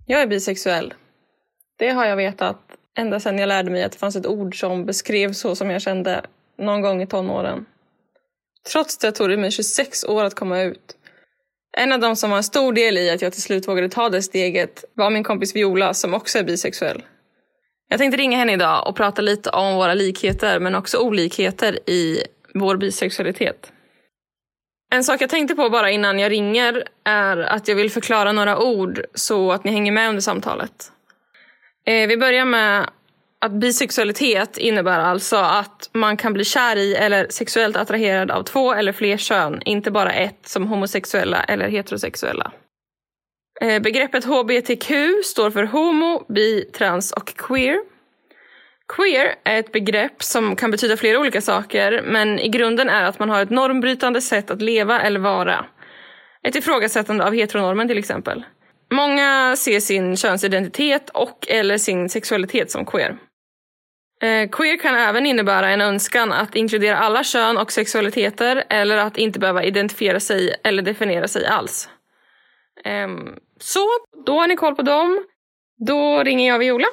Jag är bisexuell. Det har jag vetat ända sedan jag lärde mig att det fanns ett ord som beskrev så som jag kände någon gång i tonåren. Trots det tog det mig 26 år att komma ut. En av dem som var en stor del i att jag till slut vågade ta det steget var min kompis Viola som också är bisexuell. Jag tänkte ringa henne idag och prata lite om våra likheter men också olikheter i vår bisexualitet. En sak jag tänkte på bara innan jag ringer är att jag vill förklara några ord så att ni hänger med under samtalet. Vi börjar med att bisexualitet innebär alltså att man kan bli kär i eller sexuellt attraherad av 2 eller fler kön, inte bara ett som homosexuella eller heterosexuella. Begreppet HBTQ står för homo, bi, trans och queer. Queer är ett begrepp som kan betyda flera olika saker, men i grunden är att man har ett normbrytande sätt att leva eller vara. Ett ifrågasättande av heteronormen till exempel. Många ser sin könsidentitet och eller sin sexualitet som queer. Queer kan även innebära en önskan att inkludera alla kön och sexualiteter eller att inte behöva identifiera sig eller definiera sig alls. Så, då har ni koll på dem. Då ringer jag Viola.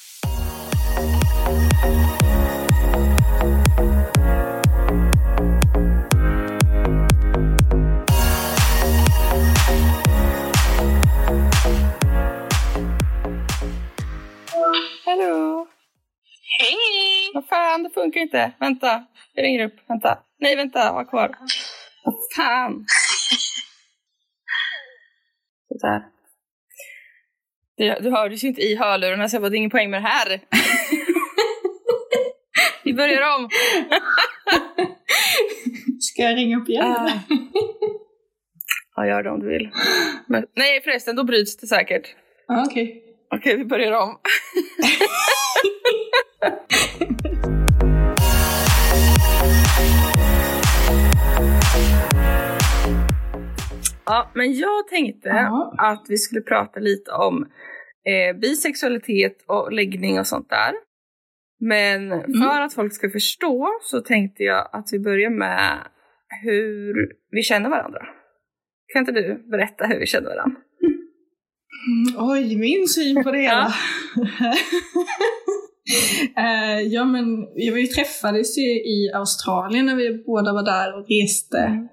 Hallå. Hej! Vad fan, det funkar inte. Vänta, jag ringer upp. Vänta. Nej, vänta, var kvar. Vad fan. Sådär. Du hördes ju inte i hörlurarna så jag var det ingen poäng med det här. Vi börjar om. Ska jag ringa upp igen? Ja, gör det om du vill. Men, nej, förresten, då bryts det säkert. Okej. Okej, vi börjar om. Ja, men jag tänkte att vi skulle prata lite om bisexualitet och läggning och sånt där. Men för att folk ska förstå så tänkte jag att vi börjar med hur vi känner varandra. Kan inte du berätta hur vi känner varandra? Oj, min syn på det hela. Ja, men vi träffades ju i Australien när vi båda var där och reste.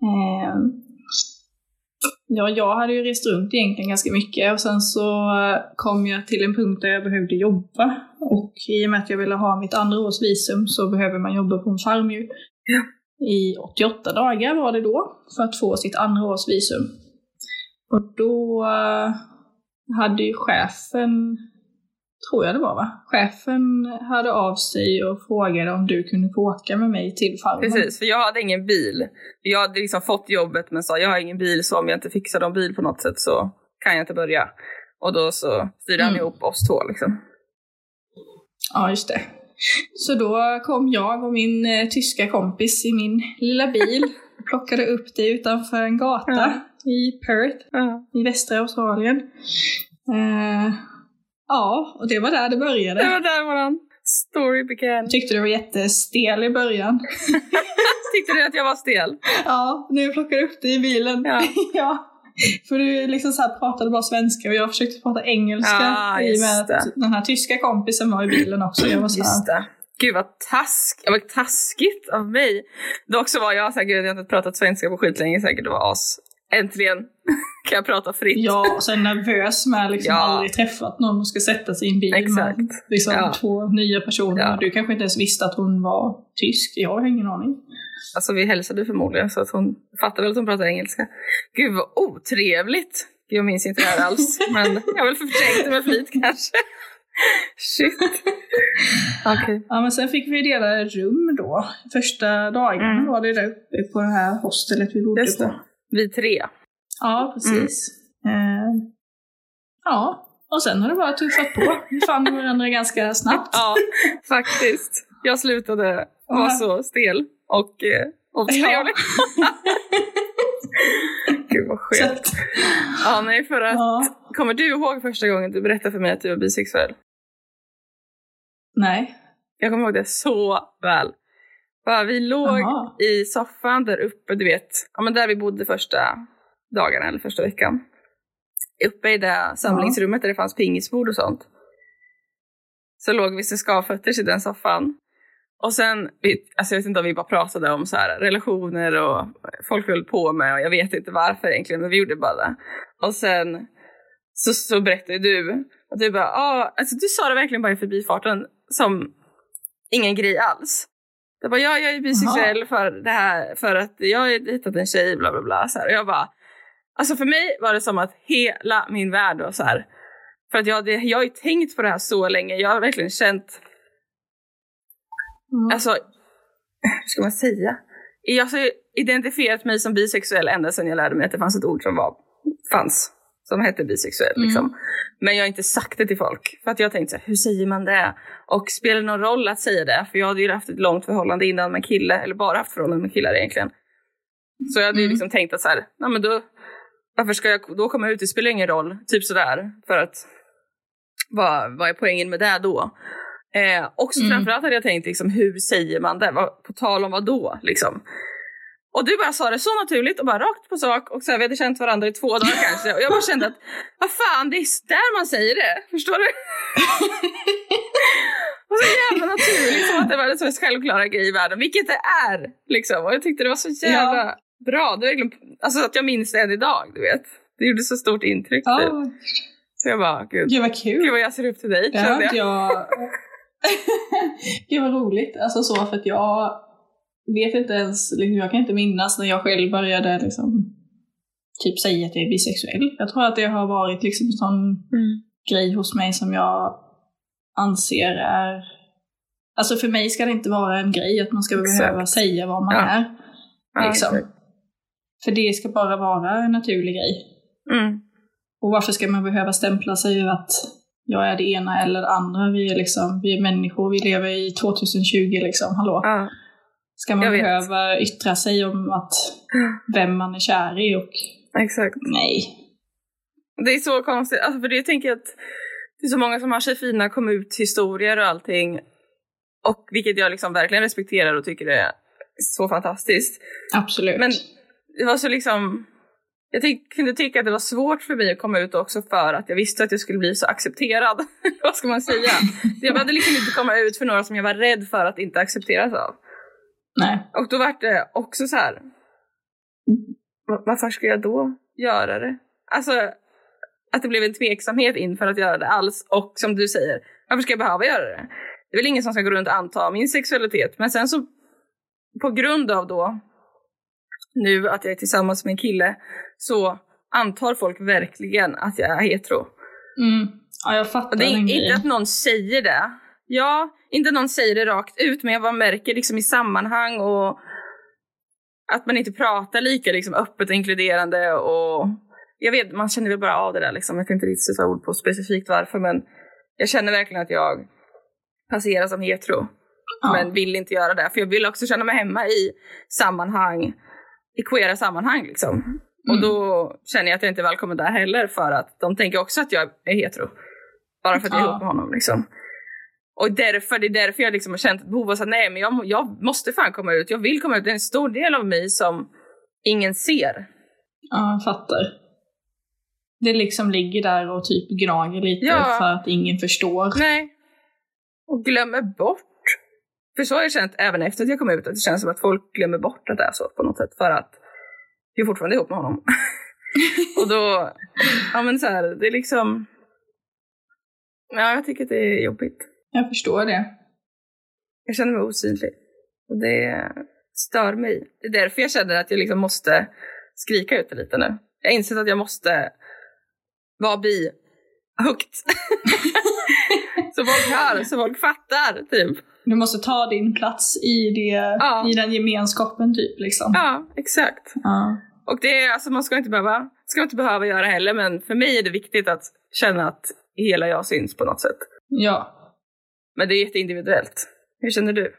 Ja, jag hade ju rest runt egentligen ganska mycket och sen så kom jag till en punkt där jag behövde jobba. Och i och med att jag ville ha mitt andra års visum så behöver man jobba på en farm ju. Ja. I 88 dagar var det då för att få sitt andra års visum. Och då hade ju chefen, tror jag det var va? Chefen hörde av sig och frågade om du kunde få åka med mig till farmen. Precis, för jag hade ingen bil. Jag hade liksom fått jobbet men sa jag har ingen bil så om jag inte fixar en bil på något sätt så kan jag inte börja. Och då så styrde han ihop oss två liksom. Ja, just det. Så då kom jag och min tyska kompis i min lilla bil och plockade upp det utanför en gata i Perth i västra Australien. Ja, och det var där det började. Det var där våran story began. Jag tyckte det var jättestel i början. Tyckte du att jag var stel? Ja, nu jag plockade upp det i bilen. Ja. Ja. För du liksom så här pratade bara svenska och jag försökte prata engelska i och med att den här tyska kompisen var i bilen också. Jag var så här. Just det. Gud vad taskigt av mig. Dock så var jag så här, gud jag har inte pratat svenska på skitlänge säkert. Det var äntligen kan jag prata fritt. Ja, och sen nervös med liksom aldrig träffat någon och ska sätta sig i en bil. Exakt. Med liksom 2 nya personer. Ja. Du kanske inte ens visste att hon var tysk. Jag har ingen aning. Alltså vi hälsade förmodligen så att hon fattade väl att hon pratade engelska. Gud vad otrevligt. Jag minns inte det här alls. Men jag vill förträngt det med flit kanske. Shit. Okay. Ja, men sen fick vi dela rum då. Första dagen var det där uppe på det här hostelet vi bodde på. Vi 3. Ja, precis. Ja, och sen har det bara tuffat på. Vi fann varandra ganska snabbt. Ja, faktiskt. Jag slutade vara så stel och otrevlig. Gud vad skönt. Ja, nej, för att kommer du ihåg första gången du berättade för mig att du var bisexuell? Nej. Jag kommer ihåg det så väl. Vi låg i soffan där uppe, du vet. Ja, men där vi bodde första dagarna eller första veckan. uppe i det samlingsrummet där det fanns pingisbord och sånt. Så låg vi så skavfötters i den soffan. Och sen, alltså jag vet inte om vi bara pratade om så här relationer och folk höll på med, och jag vet inte varför egentligen, men vi gjorde bara det. Och sen så berättade du, och du bara, alltså du sa det verkligen bara i förbifarten som ingen grej alls. Jag bara, jag är bisexuell för det här, för att jag har hittat en tjej, bla bla bla, så här. Och jag bara, alltså för mig var det som att hela min värld var så här. För att jag har ju tänkt på det här så länge. Jag har verkligen känt, alltså, hur ska man säga? Jag har identifierat mig som bisexuell ända sedan jag lärde mig att det fanns ett ord som hette bisexuell liksom. Men jag har inte sagt det till folk, för att jag tänkte så här, hur säger man det? Och spelar det någon roll att säga det? För jag hade ju haft ett långt förhållande innan med kille, eller bara haft förhållande med killar egentligen. Så jag hade ju liksom tänkt att så här, nej men då, varför ska jag då komma ut? Det spelar ingen roll, typ sådär. För att, vad är poängen med det då? Också framförallt hade jag tänkt liksom, hur säger man det? På tal om vad då liksom? Och du bara sa det så naturligt och bara rakt på sak. Och så här, vi hade känt varandra i 2 dagar kanske. Och jag bara kände att, vad fan, det är där man säger det. Förstår du? Och så jävla naturligt, som att det var det mest självklara grej i världen. Vilket det är liksom. Och jag tyckte det var så jävla bra. Det var verkligen, alltså att jag minns det än idag, du vet. Det gjorde så stort intryck. Typ. Så jag bara, gud vad kul. Gud vad jag ser upp till dig. Det hade jag... Gud vad roligt. Alltså så, för att jag vet inte ens, liksom, jag kan inte minnas när jag själv började liksom typ säga att jag är bisexuell. Jag tror att det har varit liksom en sån grej hos mig som jag anser är, alltså för mig ska det inte vara en grej att man ska behöva säga vad man är liksom. För det ska bara vara en naturlig grej. Och varför ska man behöva stämpla sig över att jag är det ena eller det andra? Vi är människor, vi lever i 2020 liksom, hallå. Ska man behöva yttra sig om att vem man är kär i och... Exakt. Nej. Det är så konstigt, alltså för det tänker jag att det är så många som har sig fina kom ut historier och allting. Och vilket jag liksom verkligen respekterar och tycker är så fantastiskt. Absolut. Men det var så liksom... Jag kunde tycka att det var svårt för mig att komma ut också för att jag visste att jag skulle bli så accepterad. Vad ska man säga? Jag hade liksom inte komma ut för några som jag var rädd för att inte accepteras av. Nej. Och då var det också så här. Varför ska jag då göra det? Alltså att det blev en tveksamhet inför att göra det alls. Och som du säger, varför ska jag behöva göra det? Det är väl ingen som ska gå runt och anta min sexualitet. Men sen så på grund av då nu att jag är tillsammans med en kille, så antar folk verkligen att jag är hetero. Ja, jag fattar. Och det är inte att någon säger det. Ja, inte någon säger det rakt ut, men jag bara märker liksom i sammanhang och att man inte pratar lika liksom öppet och inkluderande. Och jag vet, man känner väl bara av det där liksom. Jag kan inte riktigt sätta ord på specifikt varför, men jag känner verkligen att jag passerar som hetero. Men vill inte göra det, för jag vill också känna mig hemma i sammanhang, i queera sammanhang liksom. Och då känner jag att jag inte är välkommen där heller, för att de tänker också att jag är hetero. Bara för att jag är ihop med honom liksom. Och det är därför jag liksom har känt ett behov av att nej, men jag måste fan komma ut. Jag vill komma ut. Det är en stor del av mig som ingen ser. Ja, jag fattar. Det liksom ligger där och typ gnager lite för att ingen förstår. Nej. Och glömmer bort. För så har jag känt även efter att jag kom ut, att det känns som att folk glömmer bort att det är så på något sätt. För att jag är fortfarande ihop med honom. Och då, ja men så här, det är liksom, ja, jag tycker att det är jobbigt. Jag förstår det. Jag känner mig osynlig. Och det stör mig. Det är därför jag känner att jag liksom måste skrika ut det lite nu. Jag har insett att jag måste vara bi högt. Så folk hör, så folk fattar typ. Du måste ta din plats i den gemenskapen typ liksom. Ja, exakt. Och det är, alltså man ska inte behöva göra heller, men för mig är det viktigt att känna att hela jag syns på något sätt. Ja. Men det är jätteindividuellt. Hur känner du?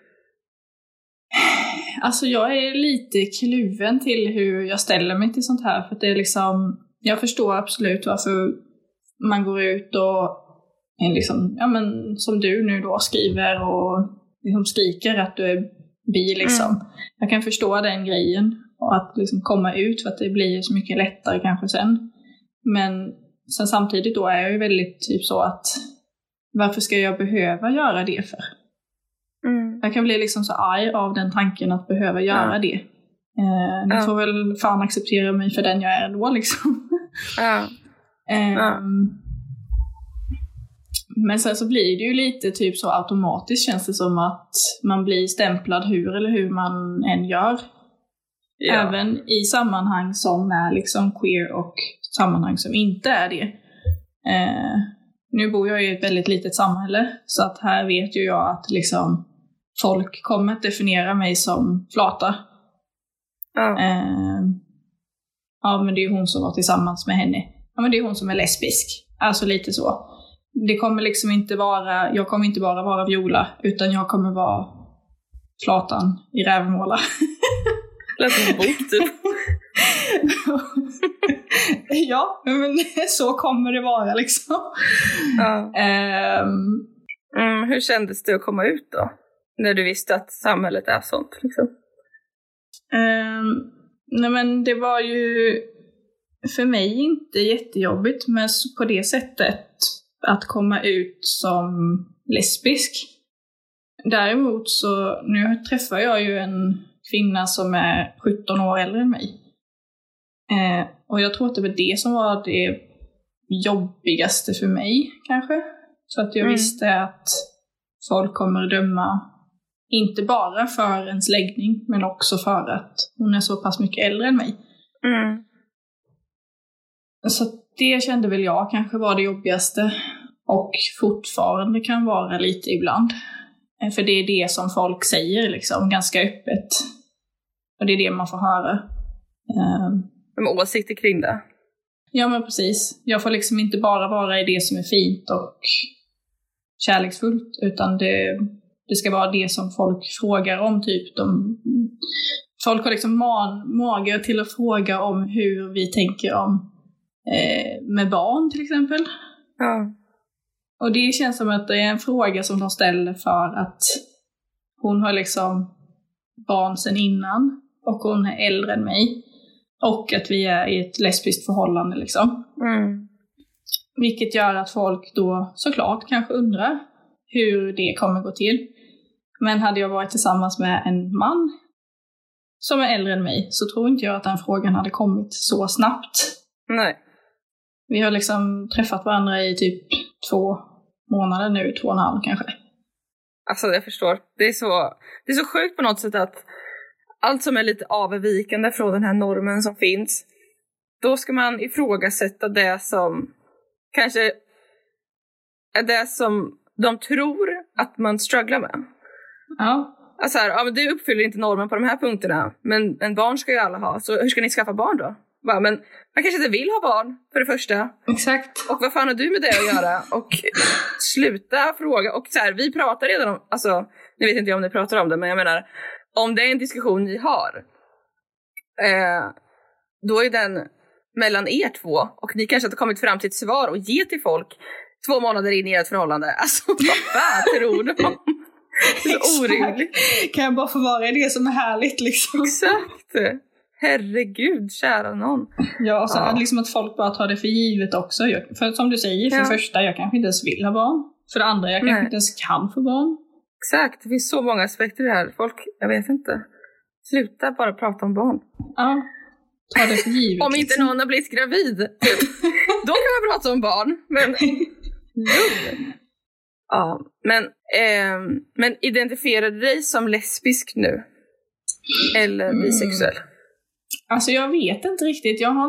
Alltså jag är lite kluven till hur jag ställer mig till sånt här. För att det är liksom, jag förstår absolut varför man går ut och liksom, ja men som du nu då skriver och liksom skriker att du är bi liksom. Jag kan förstå den grejen och att liksom komma ut, för att det blir så mycket lättare kanske sen. Men sen samtidigt då är jag ju väldigt typ så att varför ska jag behöva göra det för? Jag kan bli liksom så arg av den tanken att behöva göra det. Ni får väl fan acceptera mig för den jag är då liksom. Men sen så blir det ju lite typ så automatiskt, känns det som att man blir stämplad hur eller hur man än gör. Även i sammanhang som är liksom queer och sammanhang som inte är det. Nu bor jag i ett väldigt litet samhälle, så att här vet ju jag att liksom folk kommer att definiera mig som flata. Ja, men det är ju hon som var tillsammans med henne. Ja, men det är hon som är lesbisk. Alltså lite så. Det kommer liksom inte vara, jag kommer inte bara vara Viola, utan jag kommer vara flatan i Rävmåla. Lät som en bok typ. Ja, men så kommer det vara liksom. Hur kändes det att komma ut då? När du visste att samhället är sånt liksom? Nej, men det var ju för mig inte jättejobbigt, men på det sättet att komma ut som lesbisk. Däremot så nu träffar jag ju en kvinna som är 17 år äldre än mig. Och jag tror att det var det som var det jobbigaste för mig kanske. Så att jag visste att folk kommer att döma inte bara för ens läggning, men också för att hon är så pass mycket äldre än mig. Så det kände väl jag kanske var det jobbigaste. Och fortfarande kan vara lite ibland. För det är det som folk säger liksom, ganska öppet. Och det är det man får höra. Med åsikter kring det. Ja, men precis. Jag får liksom inte bara vara i det som är fint och kärleksfullt, utan det ska vara det som folk frågar om. Typ folk har liksom mage till att fråga om hur vi tänker om med barn till exempel. Och det känns som att det är en fråga som de ställer för att hon har liksom barn sedan innan och hon är äldre än mig. Och att vi är i ett lesbiskt förhållande liksom. Vilket gör att folk då såklart kanske undrar hur det kommer gå till. Men hade jag varit tillsammans med en man som är äldre än mig, så tror inte jag att den frågan hade kommit så snabbt. Nej. Vi har liksom träffat varandra i typ 2 månader nu, 2,5 kanske. Alltså jag förstår. Det är så sjukt på något sätt att allt som är lite avvikande från den här normen som finns, då ska man ifrågasätta det som kanske är det som de tror att man strugglar med. Ja. Alltså här, men du uppfyller inte normen på de här punkterna, men en barn ska ju alla ha, så hur ska ni skaffa barn då? Men man kanske inte vill ha barn, för det första. Exakt. Och vad fan har du med det att göra? Och sluta fråga. Och så här, vi pratar redan om, alltså, nu vet inte jag om ni pratar om det, men jag menar, om det är en diskussion ni har, då är den mellan er två, och ni kanske har kommit fram till ett svar och ge till folk 2 månader in i ert förhållande. Alltså, vad fan tror de? Det är så orimligt. Kan jag bara få vara i det som är härligt liksom? Exakt. Herregud, kära någon. Ja, och så liksom att folk bara tar det för givet också. För som du säger, för det första, jag kanske inte ens vill ha barn. För det andra, jag kanske inte ens kan få barn. Exakt, det finns så många aspekter i det här. Folk, jag vet inte. Sluta bara prata om barn. Ja, ta det för givet. Om inte någon har blivit gravid, då kan man prata om barn. Men ja, men identifierar du dig som lesbisk nu? Eller bisexuell? Alltså jag vet inte riktigt. Jag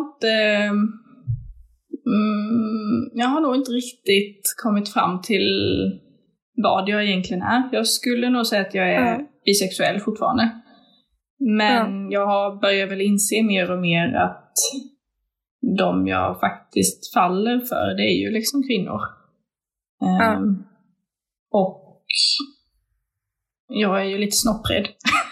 har nog inte riktigt kommit fram till vad jag egentligen är. Jag skulle nog säga att jag är bisexuell fortfarande. Men jag börjar väl inse mer och mer att de jag faktiskt faller för, det är ju liksom kvinnor. Och jag är ju lite snopprädd.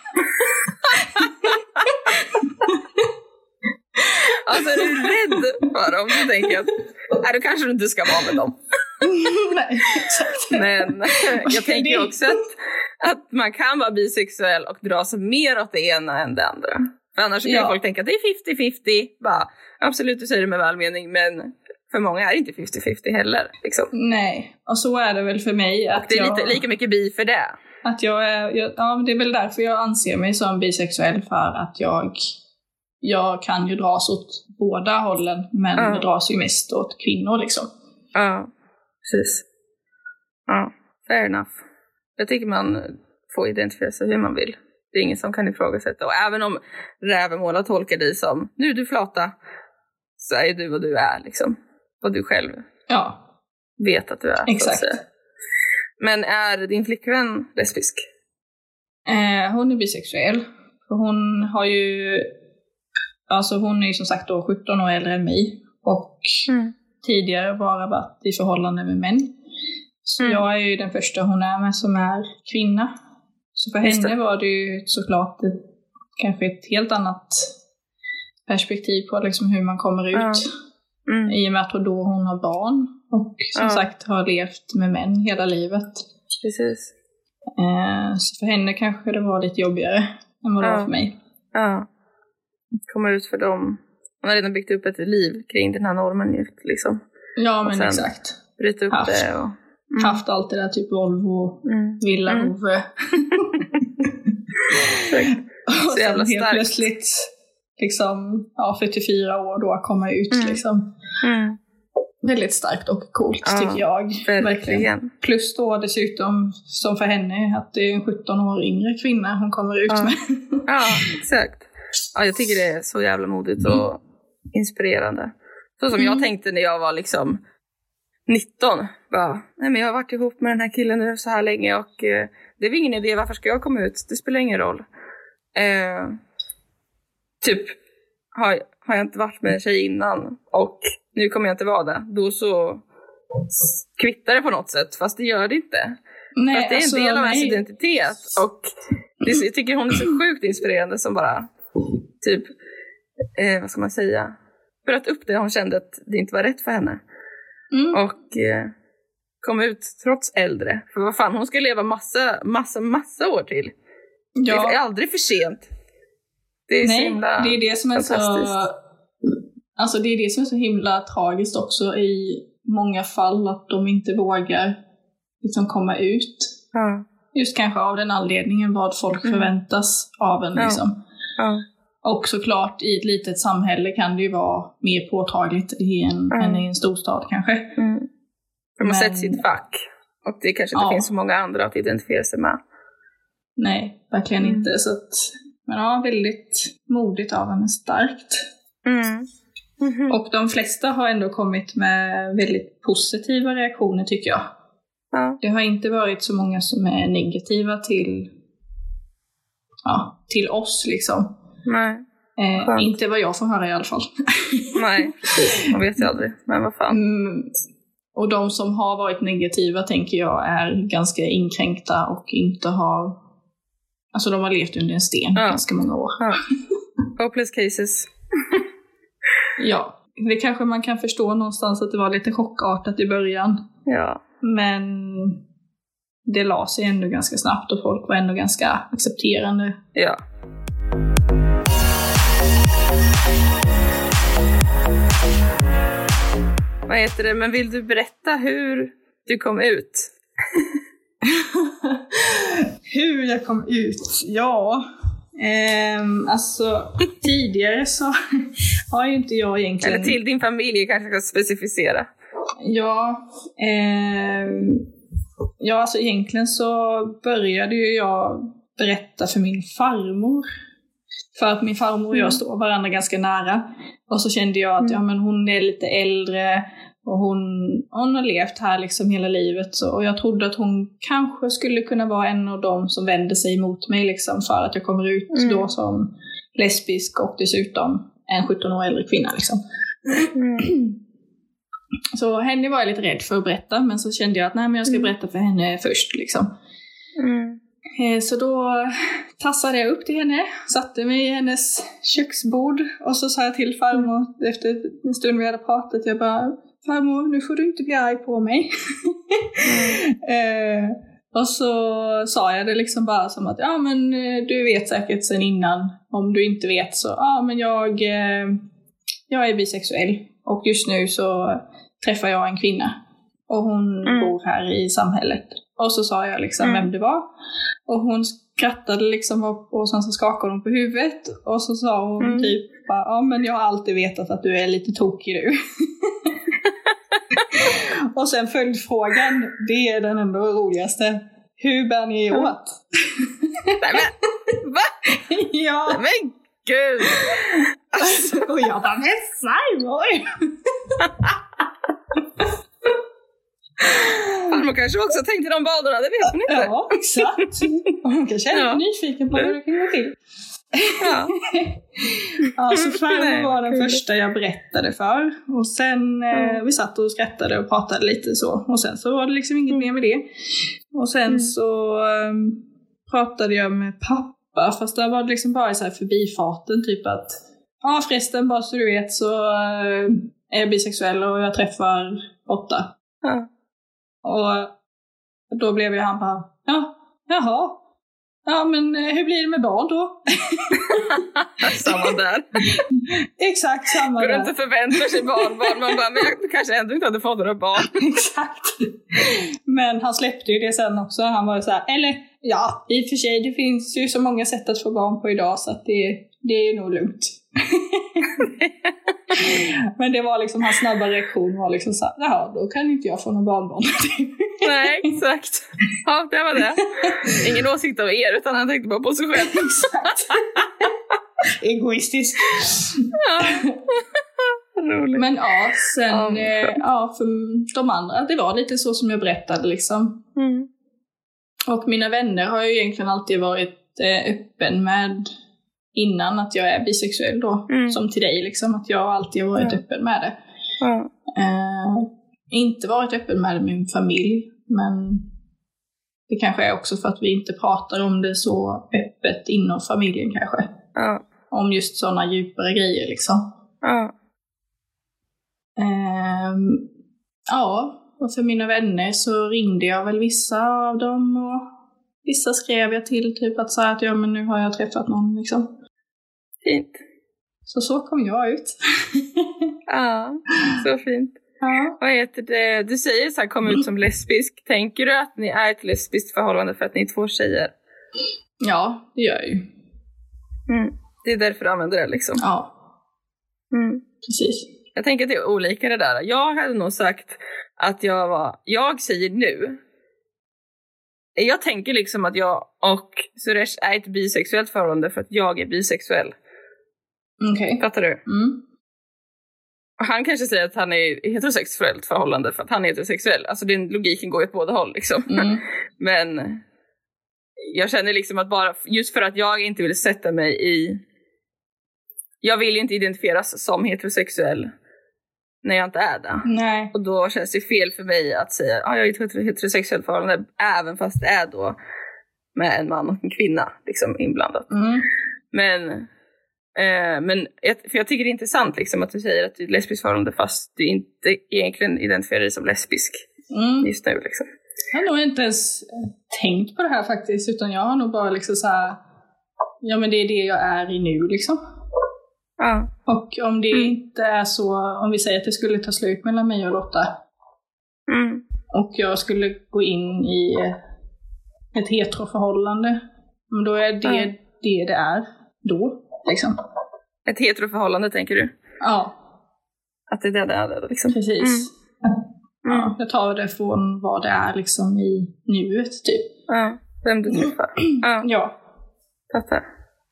Alltså är du rädd för dem? Du tänker att då kanske du inte ska vara med dem. Nej, exakt. Men jag tänker också att man kan vara bisexuell och dra sig mer åt det ena än det andra. För annars kan folk tänka att det är 50-50. Bara, absolut, du säger det med välmening, men för många är det inte 50-50 heller. Liksom. Nej, och så är det väl för mig. Att det är lika mycket bi för det. Att ja, det är väl därför jag anser mig som bisexuell, för att jag kan ju dras åt båda hållen, men det dras ju mest åt kvinnor liksom. Ja, precis. Ja, fair enough. Jag tycker man får identifiera sig hur man vill. Det är ingen som kan ifrågasätta. Och även om rävemåla tolkar dig som nu är du flata, så är du vad du är liksom. Vad du själv vet att du är. Exakt. Men är din flickvän lesbisk? Hon är bisexuell. Hon har ju... Alltså hon är ju som sagt då 17 år äldre än mig. Och tidigare bara varit i förhållande med män. Så jag är ju den första hon är med som är kvinna. Så för henne var det ju såklart kanske ett helt annat perspektiv på liksom hur man kommer ut. I och med att då hon har barn. Och som sagt har levt med män hela livet. Precis. Så för henne kanske det var lite jobbigare än vad det var för mig. Ja. Komma ut för dem. Hon har redan byggt upp ett liv kring den här normen liksom. Ja, men exakt. Bryta upp det och... Haft allt det där typ Volvo, Villa, Ove. Och sen helt plötsligt liksom, 44 år då komma ut liksom. Väldigt starkt och coolt tycker jag. Verkligen. Plus då dessutom som för henne att det är en 17 år yngre kvinna hon kommer ut med. Ja, exakt. Ja, jag tycker det är så jävla modigt och inspirerande. Så som jag tänkte när jag var liksom 19. Nej, men jag har varit ihop med den här killen nu så här länge och det är ingen idé, varför ska jag komma ut? Det spelar ingen roll. Typ har jag inte varit med en tjej innan och nu kommer jag inte vara det. Då så kvittar det på något sätt, fast det gör det inte. Nej, för att det är en del av ens identitet och jag tycker hon är så sjukt inspirerande som bara typ, vad ska man säga, bröt upp det hon kände att det inte var rätt för henne. Och kom ut trots äldre. För vad fan, hon ska leva massa år till. Det är aldrig för sent. Det är så himla det är det som är så, alltså det är det som är så himla tragiskt också i många fall, att de inte vågar liksom komma ut. Just kanske av den anledningen vad folk förväntas av en liksom. Och såklart i ett litet samhälle kan det ju vara mer påtagligt än i en storstad kanske. För man sätter sitt fack. Och det kanske inte finns så många andra att identifiera sig med. Nej, verkligen inte. Så att, men väldigt modigt av henne, starkt. Och de flesta har ändå kommit med väldigt positiva reaktioner tycker jag. Det har inte varit så många som är negativa till oss liksom. Nej. Inte vad jag får höra i alla fall. Nej, precis. Man vet ju aldrig. Men vad fan. Och de som har varit negativa tänker jag är ganska inkränkta och inte har... Alltså de har levt under en sten ganska många år. Hopeless cases. Ja, det kanske man kan förstå någonstans att det var lite chockartat i början. Ja. Men det la sig ändå ganska snabbt och folk var ändå ganska accepterande. Ja. Vad heter det? Men vill du berätta hur du kom ut? Hur jag kom ut? Ja. Alltså tidigare så har ju inte jag egentligen... Eller till din familj kanske ska specificera. Ja. Ja, alltså egentligen så började ju jag berätta för min farmor. För att min farmor och jag står varandra ganska nära. Och så kände jag att men hon är lite äldre. Och hon har levt här liksom hela livet. Så, och jag trodde att hon kanske skulle kunna vara en av dem som vänder sig emot mig. Liksom, för att jag kommer ut då som lesbisk och dessutom en 17 år äldre kvinna. Liksom. Så henne var jag lite rädd för att berätta. Men så kände jag att nej, men jag ska berätta för henne först. Liksom. Så då tassade jag upp till henne, satte mig i hennes köksbord och så sa jag till farmor efter en stund vi hade pratat, jag bara, farmor, nu får du inte bli arg på mig. Och så sa jag det liksom bara som att ja men du vet säkert sen innan, om du inte vet så men jag är bisexuell Och just nu så träffar jag en kvinna. Och hon bor här i samhället. Och så sa jag liksom vem det var. Och hon skrattade liksom och sen så skakade hon på huvudet. Och så sa hon typ, ja men jag har alltid vetat att du är lite tokig du. Och sen följdfrågan, det är den ändå roligaste. Hur bär ni åt? Nej men, va? Ja. Nej men gud. Alltså, och jag bara, men Simon! Man kanske också tänkte de badarna, det vet man inte. Ja, exakt. Hon kanske är lite nyfiken på hur det kan gå till. Ja. Ja, så farmor var den första jag berättade för. Och sen vi satt och skrattade och pratade lite så. Och sen så var det liksom inget mer med det. Och sen så pratade jag med pappa. Fast där var det liksom bara så här förbifarten. Typ att, ja förresten bara så du vet så är jag bisexuell och jag träffar 8. Ja. Och då blev ju han bara, jaha. Ja, men hur blir det med barn då? Samma där. Exakt samma där. Går inte förväntar sig barn. Man bara, men jag kanske ändå inte hade fått några barn. Exakt. Men han släppte ju det sen också. Han var så här, eller ja, i och för sig det finns ju så många sätt att få barn på idag så att det är nog lugnt. Men det var liksom, hans snabba reaktion var liksom så här, jaha, då kan inte jag få någon barnbarn. Nej, exakt. Ja, det var det. Ingen åsikt av er, utan han tänkte bara på sig själv. Exakt. Egoistisk. Ja. Roligt. Men ja, sen för de andra, det var lite så som jag berättade liksom. Och mina vänner har ju egentligen alltid varit öppen med innan att jag är bisexuell då. Som till dig liksom, att jag alltid har varit öppen med det. Inte varit öppen med min familj, men det kanske är också för att vi inte pratar om det så öppet inom familjen kanske. Om just sådana djupare grejer liksom. Och för mina vänner så ringde jag väl vissa av dem och vissa skrev jag till typ att säga att ja men nu har jag träffat någon liksom. Fint. Så kom jag ut. Ja, så fint. Ja. Vad heter det? Du säger så här, kom ut som lesbisk. Tänker du att ni är ett lesbiskt förhållande för att ni är 2 tjejer? Ja, det gör jag ju. Det är därför du använder det liksom. Ja. Precis. Jag tänker att det är olika det där. Jag hade nog sagt att jag säger nu. Jag tänker liksom att jag och Suresh är ett bisexuellt förhållande för att jag är bisexuell. Okej. Fattar du? Han kanske säger att han är heterosexuellt förhållande för att han är heterosexuell. Alltså den logiken går ju åt båda håll liksom. Men jag känner liksom att bara just för att jag inte vill sätta mig i... Jag vill ju inte identifieras som heterosexuell när jag inte är det. Nej. Och då känns det fel för mig att säga att jag är ett heterosexuellt förhållande även fast det är då med en man och en kvinna liksom inblandat. Men för jag tycker det är intressant liksom, att du säger att du är ett lesbiskt förhållande fast du inte egentligen identifierar dig som lesbisk just nu liksom. Jag har nog inte ens tänkt på det här faktiskt, utan jag har nog bara liksom så här, ja men det är det jag är i nu liksom. Och om det inte är så, om vi säger att det skulle ta slut mellan mig och Lotta och jag skulle gå in i ett heteroförhållande, då är det är då liksom. Ett heteroförhållande tänker du? Ja. Att det är det är liksom. Precis. Ja, jag tar det från vad det är liksom i nuet typ. Ja, vem du träffar. Ja. Fattar.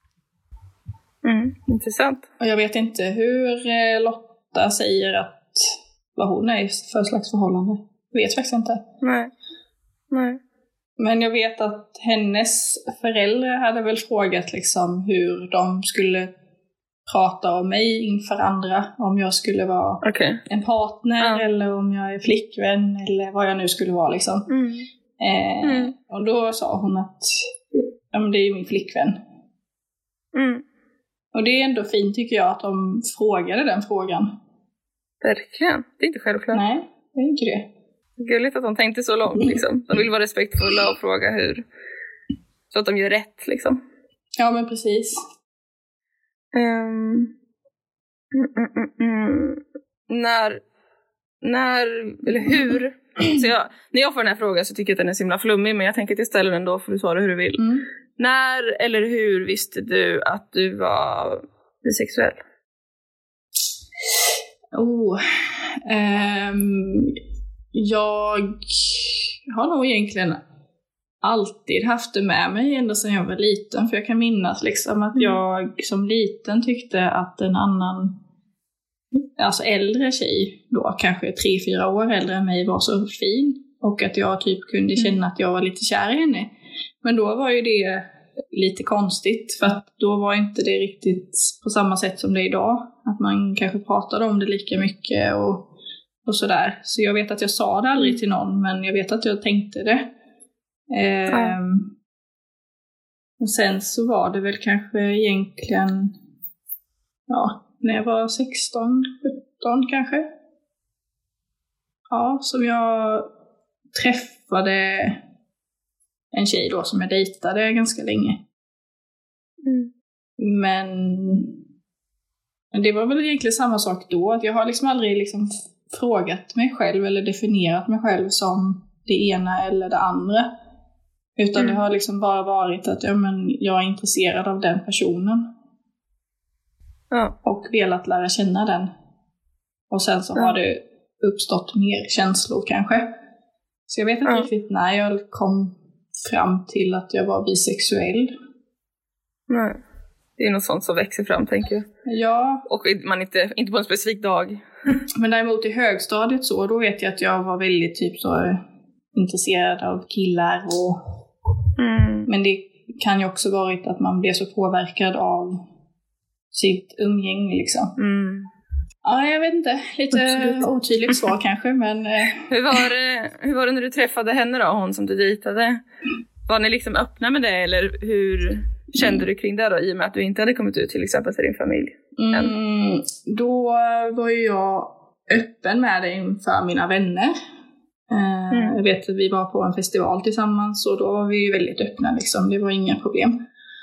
Intressant. Och jag vet inte hur Lotta säger att vad hon är för slags förhållande. Jag vet faktiskt inte. Nej. Men jag vet att hennes föräldrar hade väl frågat liksom hur de skulle prata om mig inför andra. Om jag skulle vara en partner eller om jag är flickvän eller vad jag nu skulle vara liksom. Och då sa hon att ja, men det är ju min flickvän. Och det är ändå fint tycker jag att de frågade den frågan. Verkligen. Det är inte självklart. Nej, det är inte det. Gulligt att de tänkte så långt liksom. De vill vara respektfulla och fråga hur. Så att de gör rätt liksom. Ja men precis. när eller hur så när jag får den här frågan så tycker jag att den är så himla flummig, men jag tänker att jag ställer den då för du svara hur du vill. När eller hur visste du att du var bisexuell? Jag har nog egentligen alltid haft det med mig ända sedan jag var liten, för jag kan minnas liksom att jag som liten tyckte att en annan, alltså äldre tjej då, kanske 3-4 år äldre än mig, var så fin, och att jag typ kunde känna att jag var lite kär i henne. Men då var ju det lite konstigt, för att då var inte det riktigt på samma sätt som det är idag, att man kanske pratade om det lika mycket och sådär. Så jag vet att jag sa det aldrig till någon, men jag vet att jag tänkte det. Och sen så var det väl kanske egentligen när jag var 16-17 kanske, som jag träffade en tjej då som jag dejtade ganska länge. Men det var väl egentligen samma sak då, att jag har liksom aldrig liksom frågat mig själv eller definierat mig själv som det ena eller det andra. Utan det har liksom bara varit att jag är intresserad av den personen. Och velat lära känna den. Och sen så har det uppstått mer känslor kanske. Så jag vet inte riktigt när jag kom fram till att jag var bisexuell. Nej. Det är något sånt som växer fram, tänker jag. Ja. Och man inte på en specifik dag. Men däremot i högstadiet så, då vet jag att jag var väldigt typ så intresserad av killar och men det kan ju också varit att man blev så påverkad av sitt umgänge liksom. Ja, jag vet inte. Lite otydligt svar kanske, men... Hur var det när du träffade henne då, hon som du dejtade? Var ni liksom öppna med det, eller hur kände du kring det då, i och med att du inte hade kommit ut till exempel till din familj? Då var ju jag öppen med det inför mina vänner. Jag vet att vi var på en festival tillsammans, och då var vi ju väldigt öppna liksom. Det var inga problem.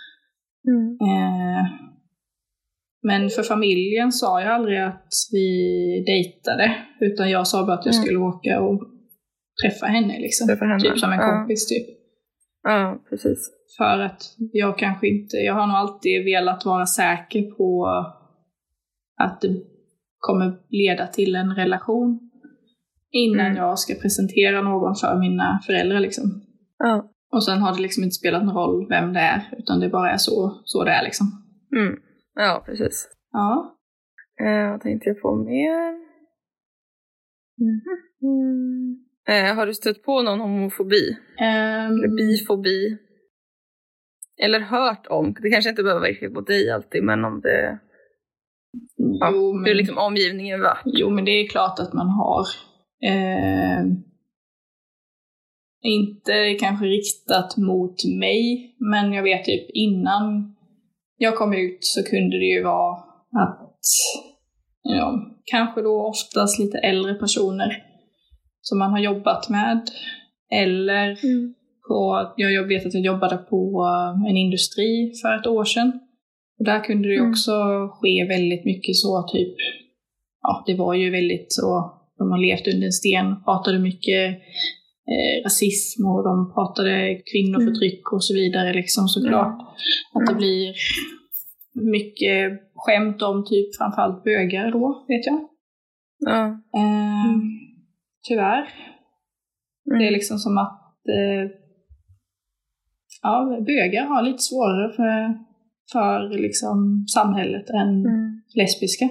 Men för familjen sa jag aldrig att vi dejtade, utan jag sa bara att jag skulle åka och träffa henne liksom. Typ som en kompis typ. Ja, precis. För att jag kanske inte, jag har nog alltid velat vara säker på att det kommer leda till en relation innan jag ska presentera någon för mina föräldrar liksom. Och sen har det liksom inte spelat någon roll vem det är, utan det bara är så det är liksom. Ja, precis. Ja. Vad tänkte jag på mer? Har du stött på någon homofobi? Eller bifobi? Eller hört om? Det kanske inte behöver verka på dig alltid, men om det... hur liksom omgivningen var. Jo, men det är klart att man har. Inte kanske riktat mot mig, men jag vet typ innan jag kom ut så kunde det ju vara att kanske då oftast lite äldre personer som man har jobbat med, eller jag vet att jag jobbade på en industri för ett år sedan, och där kunde det också ske väldigt mycket så typ, det var ju väldigt så, de har levt under en sten, pratade mycket rasism, och de pratade kvinnoförtryck och så vidare liksom, såklart. Att det blir mycket skämt om typ framförallt bögar då, vet jag. Tyvärr. Det är liksom som att bögar har lite svårare för liksom samhället än lesbiska.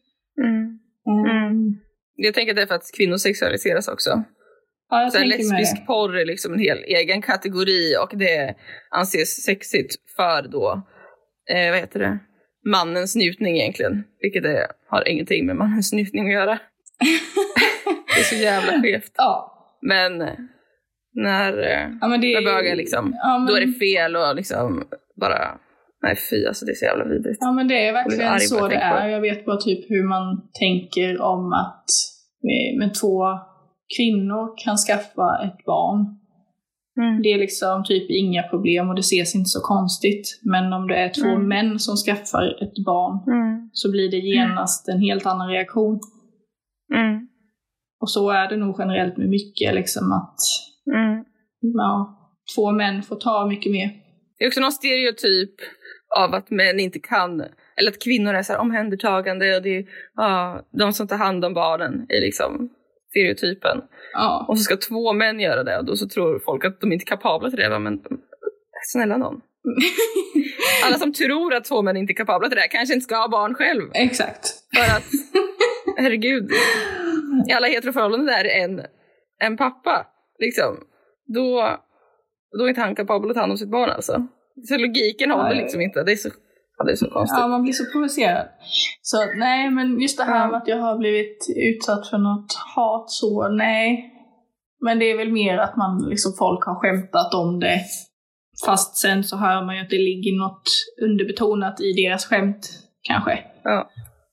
Jag tänker att det är för att kvinnor sexualiseras också. Ja, jag så tänker lesbisk porr är liksom en hel egen kategori, och det anses sexigt för då mannens njutning egentligen, vilket har ingenting med mannens njutning att göra. Det är så jävla skevt. Men när bögar liksom, då är det fel och liksom bara, nej fy, alltså det är så jävla vidrigt. Ja, men det är verkligen så det är. Jag vet bara typ hur man tänker om att med 2 kvinnor kan skaffa ett barn. Det är liksom typ inga problem, och det ses inte så konstigt. Men om det är 2 män som skaffar ett barn så blir det genast en helt annan reaktion. Och så är det nog generellt med mycket, liksom att ja, 2 män får ta mycket mer. Det är också någon stereotyp av att män inte kan, eller att kvinnor är så här omhändertagande, och det är de som tar hand om barnen är liksom stereotypen. Ja. Och så ska 2 män göra det, och då så tror folk att de inte är kapabla till det, men snälla någon. Alla som tror att 2 män inte är kapabla till det kanske inte ska ha barn själv. Exakt. För att, herregud, i alla heteroförhållanden är en pappa, liksom. Då är inte han kapabel att ta hand om sitt barn, alltså. Så logiken håller liksom inte. Det är så konstigt. Ja, man blir så provocerad. Så nej, men just det här med att jag har blivit utsatt för något hat, så nej. Men det är väl mer att man liksom, folk har skämtat om det. Fast sen så hör man ju att det ligger något underbetonat i deras skämt, kanske. Ja.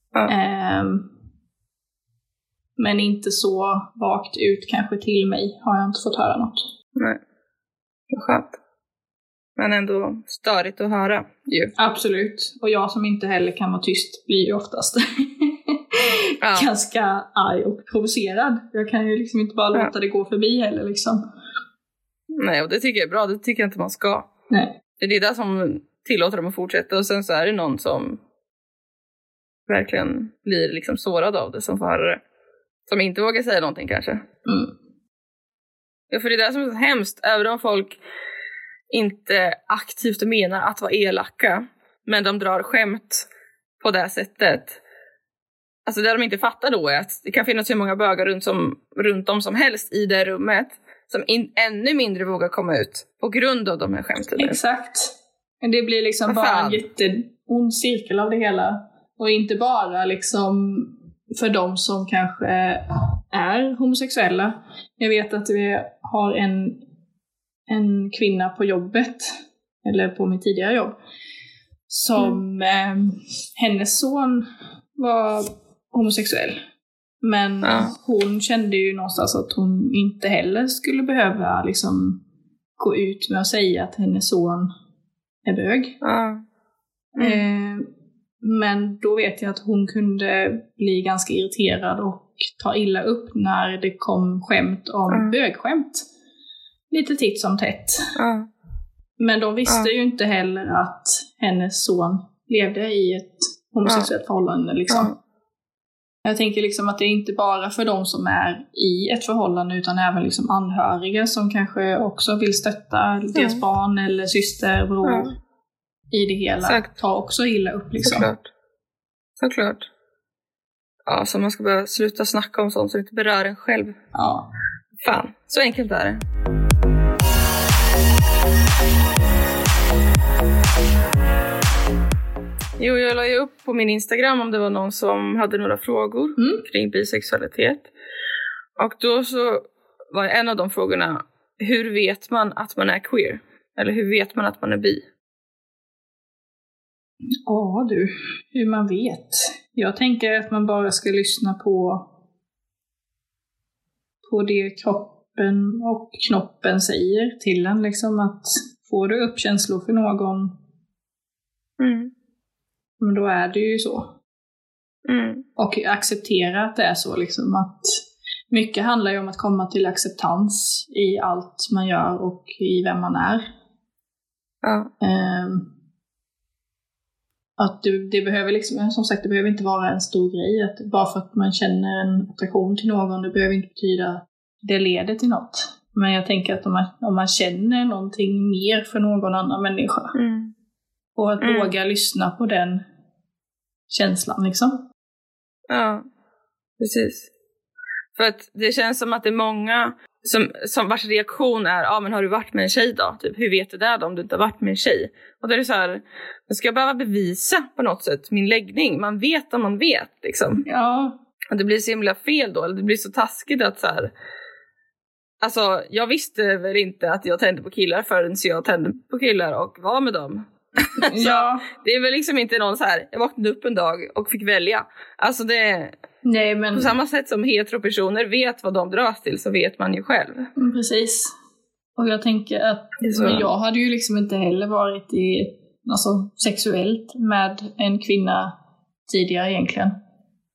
Men inte så rakt ut kanske till mig har jag inte fått höra något. Nej, det är skönt. Men ändå störigt att höra ju. Absolut. Och jag som inte heller kan vara tyst blir ju oftast ganska arg och provocerad. Jag kan ju liksom inte bara låta det gå förbi heller liksom. Nej, och det tycker jag är bra. Det tycker jag inte man ska. Nej. Det är det som tillåter dem att fortsätta. Och sen så är det någon som verkligen blir liksom sårad av det, som får höra det. Som inte vågar säga någonting kanske. Ja, för det är det som är så hemskt. Även om folk inte aktivt menar att vara elaka, men de drar skämt på det sättet. Alltså det de inte fattar då är att det kan finnas hur många bögar runt om som helst i det rummet som ännu mindre vågar komma ut på grund av de här skämten. Exakt. Men det blir liksom bara en jätteond cirkel av det hela. Och inte bara liksom för de som kanske är homosexuella. Jag vet att vi har en kvinna på jobbet, eller på mitt tidigare jobb, som hennes son var homosexuell. Men hon kände ju någonstans att hon inte heller skulle behöva liksom gå ut med att säga att hennes son är bög. Men då vet jag att hon kunde bli ganska irriterad och ta illa upp när det kom skämt om bögskämt. Lite titt som tätt. Men de visste ju inte heller att hennes son levde i ett homosexuellt förhållande liksom. Jag tänker liksom att det är inte bara för de som är i ett förhållande, utan även liksom anhöriga som kanske också vill stötta deras barn eller syster, bror i det hela. Ta också illa upp liksom. Såklart. Ja, så man ska bara sluta snacka om sånt som inte berör en själv. Ja. Fan, så enkelt är det. Jo, jag la ju upp på min Instagram om det var någon som hade några frågor kring bisexualitet. Och då så var en av de frågorna: hur vet man att man är queer? Eller hur vet man att man är bi? Ja du, hur man vet. Jag tänker att man bara ska lyssna på det kroppen och knoppen säger till en. Liksom att får du upp känslor för någon, men då är det ju så. Och acceptera att det är så. Liksom att mycket handlar ju om att komma till acceptans i allt man gör och i vem man är. Att det behöver liksom, som sagt, det behöver inte vara en stor grej. Att bara för att man känner en attraktion till någon, det behöver inte betyda att det leder till något. Men jag tänker att om man känner någonting mer för någon annan människa, och att våga lyssna på den känslan liksom. Ja, precis. För att det känns som att det är många som vars reaktion är: men har du varit med en tjej då? Typ, hur vet du det då om du inte har varit med en tjej? Och då är det så här, ska jag behöva bevisa på något sätt min läggning? Man vet om man vet liksom. Ja. Och det blir så himla fel då. Eller det blir så taskigt att så här. Alltså, jag visste väl inte att jag tände på killar förrän jag tände på killar och var med dem. Ja. Det är väl liksom inte någon så här, jag vaknade upp en dag och fick välja. Alltså det... Nej, men... På samma sätt som heteropersoner vet vad de dras till, så vet man ju själv. Precis. Och jag tänker att men jag hade ju liksom inte heller varit sexuellt med en kvinna tidigare egentligen.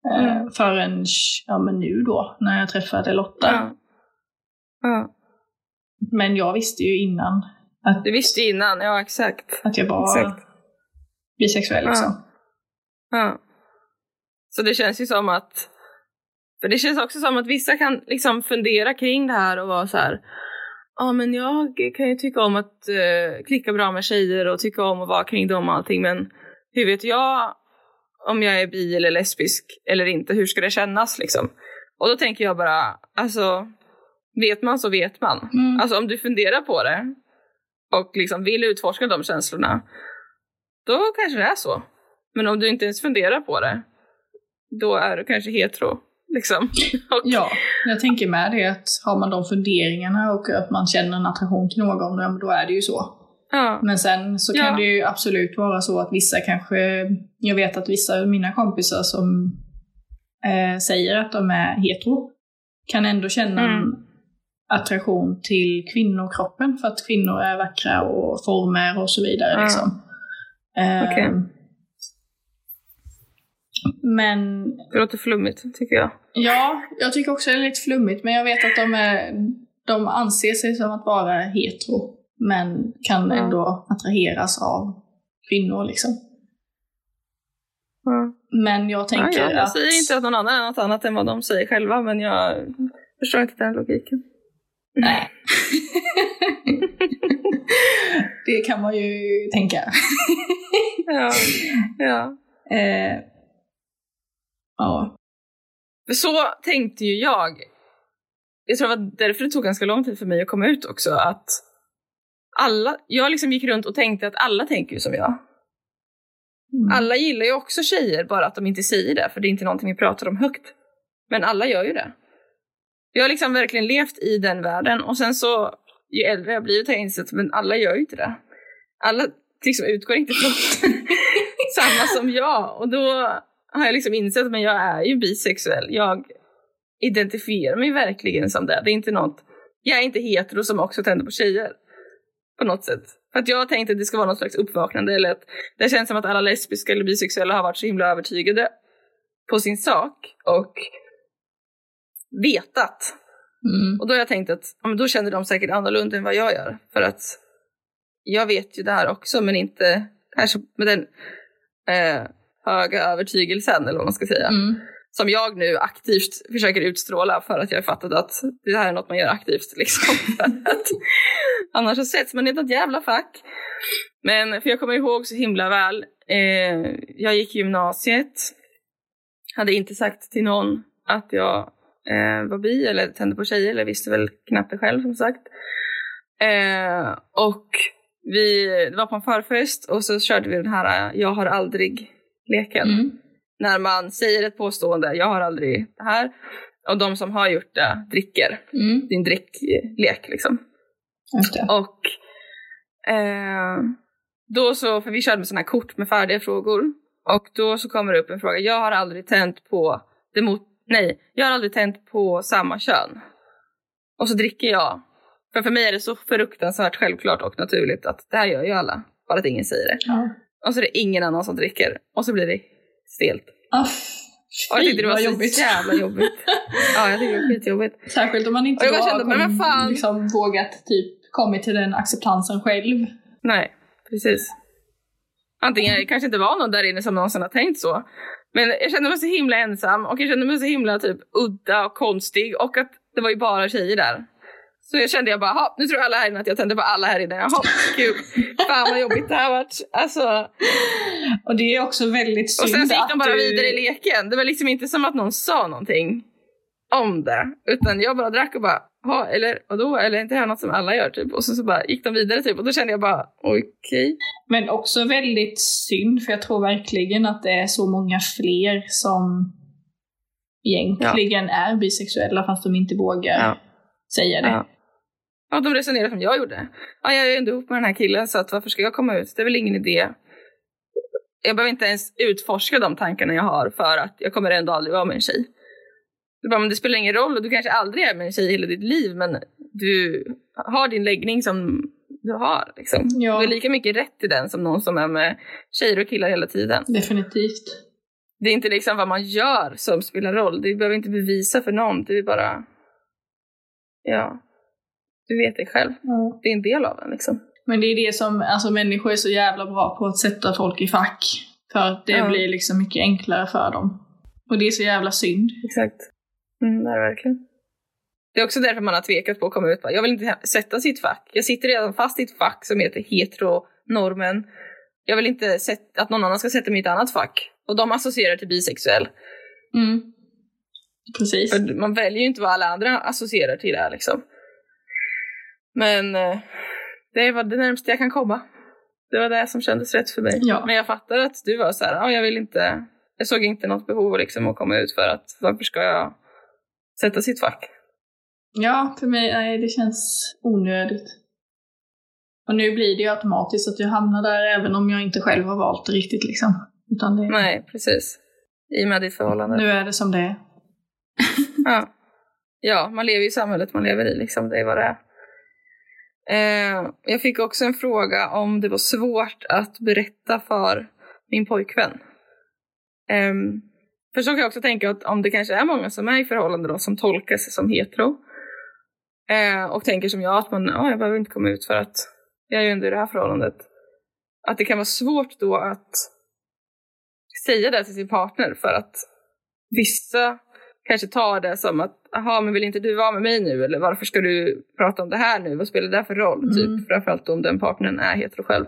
Förrän, men nu då, när jag träffade Lotta. Ja. Men jag visste ju innan. Du visste innan, ja exakt. Att jag var bisexuell liksom. Ja. Så det känns ju som att... För det känns också som att vissa kan liksom fundera kring det här och vara så här... Ja, men jag kan ju tycka om att klicka bra med tjejer och tycka om att vara kring dem och allting. Men hur vet jag om jag är bi eller lesbisk eller inte? Hur ska det kännas liksom? Och då tänker jag bara, alltså... Vet man så vet man. Alltså om du funderar på det och liksom vill utforska de känslorna, då kanske det är så. Men om du inte ens funderar på det, då är du kanske hetero. Liksom. Ja, jag tänker med det att har man de funderingarna och att man känner en attraktion till någon, då är det ju så. Ja. Men sen så kan det ju absolut vara så att vissa kanske, jag vet att vissa av mina kompisar som säger att de är hetero kan ändå känna en attraktion till kvinnokroppen för att kvinnor är vackra och former och så vidare liksom. Okay. Men det låter flummigt tycker jag. Ja, jag tycker också det är lite flummigt, men jag vet att de anser sig som att vara hetero men kan ändå attraheras av kvinnor liksom. Men jag tänker jag säger inte att någon annan är något annat än vad de säger själva, men jag förstår inte den logiken. Nej. Det kan man ju tänka. Ja. Ja. Så tänkte ju jag. Jag tror det var därför det tog ganska lång tid för mig att komma ut också. Att jag liksom gick runt och tänkte att alla tänker ju som jag. Alla gillar ju också tjejer, bara att de inte säger det. För det är inte någonting vi pratar om högt. Men alla gör ju det. Jag har liksom verkligen levt i den världen. Och sen så, ju äldre jag blivit har jag insett, men alla gör ju inte det. Alla liksom utgår inte från samma som jag. Och då har jag liksom insett, men jag är ju bisexuell. Jag identifierar mig verkligen som det. Det är inte något, jag är inte hetero som också tänder på tjejer. På något sätt. För att jag tänkte att det ska vara något slags uppvaknande. Eller att det känns som att alla lesbiska eller bisexuella har varit så himla övertygade på sin sak. Och vetat. Och då har jag tänkt att men då känner de säkert annorlunda än vad jag gör. För att jag vet ju det här också, men inte kanske med den höga övertygelsen eller vad man ska säga. Som jag nu aktivt försöker utstråla för att jag har fattat att det här är något man gör aktivt liksom. Annars så sätts man i ett jävla fack. Men för jag kommer ihåg så himla väl, jag gick i gymnasiet, hade inte sagt till någon att jag var bi eller tände på tjejer, eller visste väl knappt det själv som sagt. Och det var på en förfest och så körde vi den här jag har aldrig leken. När man säger ett påstående, jag har aldrig det här, och de som har gjort det dricker din dricklek liksom. Och då så, för vi körde med såna här kort med färdiga frågor, och då så kommer det upp en fråga, jag har aldrig tänt på jag har aldrig tänt på samma kön. Och så dricker jag. För mig är det så fruktansvärt självklart och naturligt att det här gör ju alla, bara att ingen säger det. Och så är det ingen annan som dricker. Och så blir det stelt. Och jag tyckte det var så jobbigt. Jävla jobbigt. Ja, jag tyckte det var skitjobbigt. Särskilt om man inte liksom vågat typ kommit till den acceptansen själv. Nej, precis. Antingen kanske inte var någon där inne som någonsin har tänkt så. Men jag kände mig så himla ensam. Och jag kände mig så himla typ udda och konstig. Och att det var ju bara tjejer där. Så jag kände bara, nu tror alla här inne att jag tände på alla här inne. Kul. Fan vad jobbigt det här varit. Alltså. Och det är också väldigt synd. Och sen så gick de bara vidare i leken. Det var liksom inte som att någon sa någonting om det. Utan jag bara drack och bara, eller inte här något som alla gör typ. Och så bara gick de vidare typ. Och då kände jag bara, okej. Men också väldigt synd, för jag tror verkligen att det är så många fler som egentligen är bisexuella fast de inte vågar säga det. Ja, de resonerar som jag gjorde. Ja, jag är ju ändå ihop med den här killen, så att varför ska jag komma ut? Det är väl ingen idé. Jag behöver inte ens utforska de tankarna jag har, för att jag kommer ändå aldrig vara med en tjej. Men det spelar ingen roll, och du kanske aldrig är med en tjej i hela ditt liv, men du har din läggning som du har liksom. Du är lika mycket rätt i den som någon som är med tjejer och killar hela tiden. Definitivt. det är inte liksom vad man gör som spelar roll. Det behöver inte bevisa för någon. Det är bara, ja, du vet det själv. Det är en del av den liksom. Men det är det som, alltså människor är så jävla bra på att sätta folk i fack. För att det blir liksom mycket enklare för dem. Och det är så jävla synd. Exakt. Det är verkligen. Det är också därför man har tvekat på att komma ut. Jag vill inte sätta sitt fack. Jag sitter redan fast i ett fack som heter heteronormen. Jag vill inte att någon annan ska sätta mig i ett annat fack. Och de associerar till bisexuell. Precis. För man väljer ju inte vad alla andra associerar till det här liksom. Men det var det närmaste jag kan komma. Det var det som kändes rätt för mig. Ja. Men jag fattar att du var så här, jag vill inte. Jag såg inte något behov liksom att komma ut för att varför ska jag sätta sitt fack? Ja, för mig det känns onödigt. Och nu blir det ju automatiskt att jag hamnar där även om jag inte själv har valt det riktigt liksom. Utan det... Nej, precis. I och med ditt förhållande. Nu är det som det är. Ja, man lever i samhället man lever i liksom. Det är vad det är. Jag fick också en fråga om det var svårt att berätta för min pojkvän. För så kan jag också tänka att om det kanske är många som är i förhållande då, som tolkar sig som hetero och tänker som jag att jag behöver inte komma ut för att jag är ju ändå i det här förhållandet, att det kan vara svårt då att säga det till sin partner för att vissa kanske tar det som att men vill inte du vara med mig nu, eller varför ska du prata om det här nu, vad spelar det för roll typ, framförallt om den partnern är hetero själv.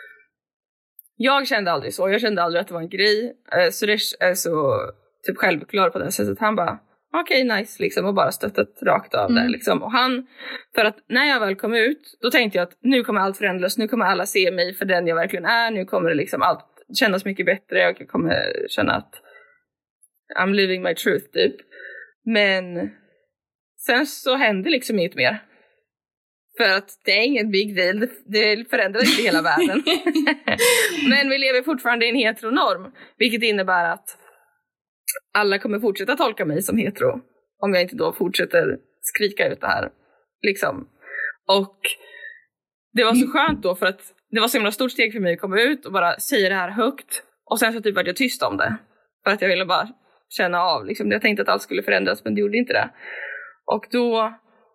Jag kände aldrig så. Jag kände aldrig att det var en grej. Suresh är så typ självklar på det sättet. Han bara, okej, nice liksom. Och bara stöttat rakt av det liksom. Och han, för att när jag väl kom ut, då tänkte jag att nu kommer allt förändras. Nu kommer alla se mig för den jag verkligen är. Nu kommer det liksom allt kännas mycket bättre. Jag kommer känna att I'm living my truth typ. Men sen så hände liksom inget mer. För att det är ingen big deal. Det förändrar inte hela världen. Men vi lever fortfarande i en heteronorm. Vilket innebär att alla kommer fortsätta tolka mig som hetero. Om jag inte då fortsätter skrika ut det här. Liksom. Och det var så skönt då. För att det var så himla stort steg för mig att komma ut och bara säga det här högt. Och sen så typ var jag tyst om det. För att jag ville bara känna av. Liksom. Jag tänkte att allt skulle förändras, men det gjorde inte det. Och då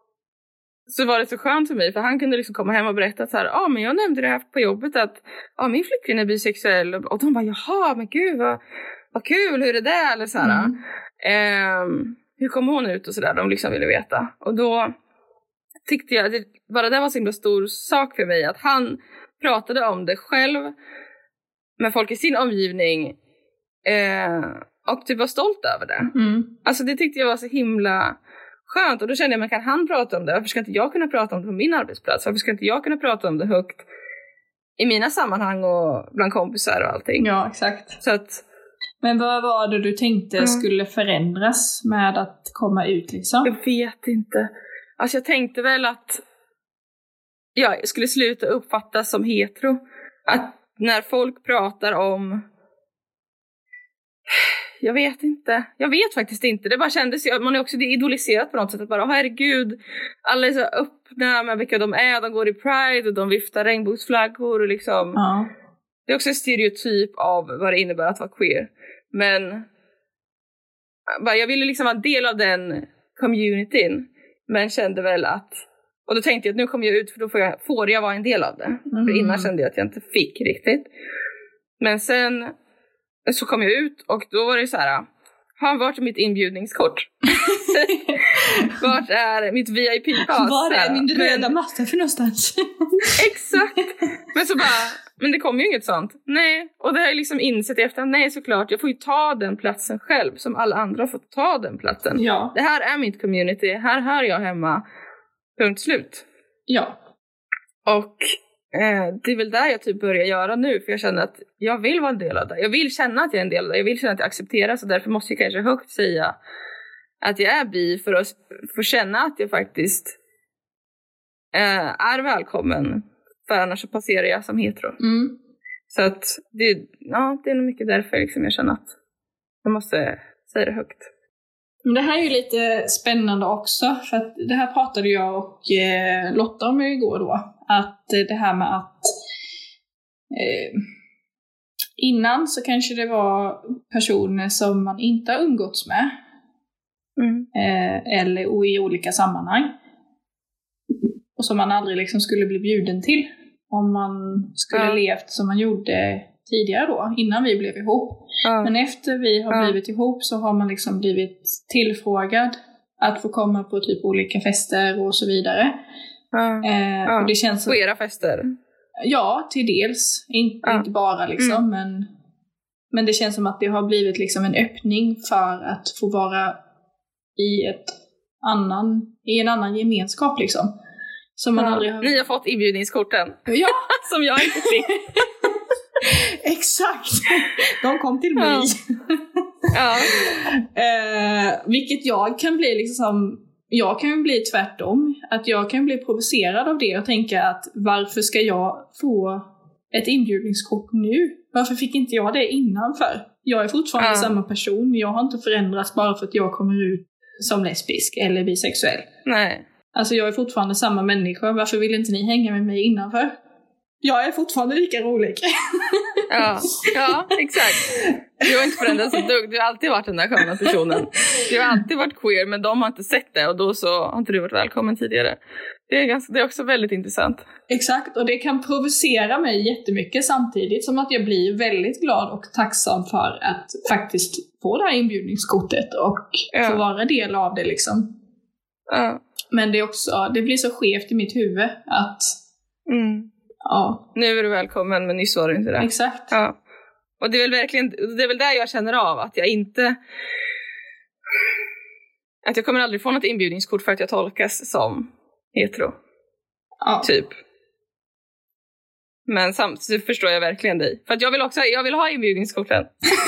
så var det så skönt för mig, för han kunde liksom komma hem och berätta så här, men jag nämnde det här på jobbet att min flickvän är bisexuell, och de bara, jaha, men gud vad kul, hur är det där, eller så här. Hur kom hon ut och sådär, de liksom ville veta. Och då tyckte jag att bara det var så himla stor sak för mig, att han pratade om det själv med folk i sin omgivning och typ var stolt över det. Alltså det tyckte jag var så himla skönt, och då kände jag, men kan han prata om det? Varför ska inte jag kunna prata om det på min arbetsplats? Varför ska inte jag kunna prata om det högt i mina sammanhang och bland kompisar och allting? Ja, exakt. Så att, men vad var det du tänkte skulle förändras med att komma ut liksom? Jag vet inte. Alltså jag tänkte väl att jag skulle sluta uppfattas som hetero. Att när folk pratar om, jag vet inte. Jag vet faktiskt inte. Det bara kändes, man är också idoliserat på något sätt. Att bara, herregud, alla är så öppna med vilka de är. De går i Pride och de viftar regnbågsflaggor. Och liksom. Ja. Det är också en stereotyp av vad det innebär att vara queer. Men bara, jag ville liksom vara en del av den communityn. Men kände väl att, och då tänkte jag att nu kommer jag ut, för då får jag vara en del av det. För innan kände jag att jag inte fick riktigt. Men sen så kom jag ut, och då var det så här, vart är mitt inbjudningskort? Vart är mitt VIP-pass? Var är min röda matta för någonstans? Exakt. Men det kom ju inget sånt. Nej, och det har jag liksom insett efter. Nej, såklart, jag får ju ta den platsen själv, som alla andra får ta den platsen. Ja. Det här är mitt community, här hör jag hemma. Punkt slut. Ja. Och det är väl där jag typ börjar göra nu, för jag känner att jag vill vara en del av det. Jag vill känna att jag är en del av det. Jag vill känna att jag accepteras, och därför måste jag kanske högt säga att jag är bi, för att få känna att jag faktiskt är välkommen. För annars så passerar jag som hetero. Så att det är nog mycket därför liksom jag känner att jag måste säga det högt. Men det här är ju lite spännande också, för att det här pratade jag och Lotta om igår då. Att det här med att innan så kanske det var personer som man inte har umgåtts med. Eller i olika sammanhang. Och som man aldrig liksom skulle bli bjuden till. Om man skulle levt som man gjorde tidigare då, innan vi blev ihop. Men efter vi har blivit ihop så har man liksom blivit tillfrågad att få komma på typ olika fester och så vidare. Och det känns på era fester? Ja, till dels. Inte bara liksom, men det känns som att det har blivit liksom en öppning för att få vara i en annan gemenskap liksom. Som man aldrig har... Ni har fått inbjudningskorten. Ja. Som jag inte fick. Exakt. De kom till mig. Vilket jag kan bli liksom... Jag kan bli tvärtom. Att jag kan bli provocerad av det och tänka att varför ska jag få ett inbjudningskort nu? Varför fick inte jag det innan för? Jag är fortfarande samma person. Jag har inte förändrats bara för att jag kommer ut som lesbisk eller bisexuell. Nej. Alltså jag är fortfarande samma människa. Varför vill inte ni hänga med mig innanför? Jag är fortfarande lika rolig. Ja, exakt. Du har inte förändrats ett dugg. Du har alltid varit den där sköna personen. Du har alltid varit queer, men de har inte sett det. Och då så har inte du varit välkommen tidigare. Det är också väldigt intressant. Exakt, och det kan provocera mig jättemycket samtidigt som att jag blir väldigt glad och tacksam för att faktiskt få det här inbjudningskortet och få vara del av det liksom. Men det blir så skevt i mitt huvud att nu är du välkommen, men nyss var du inte det. Exakt. Ja. Och det är väl där jag känner av att jag inte... Att jag kommer aldrig få något inbjudningskort för att jag tolkas som hetero. Typ. Men samtidigt förstår jag verkligen dig. För att jag vill ha inbjudningskorten.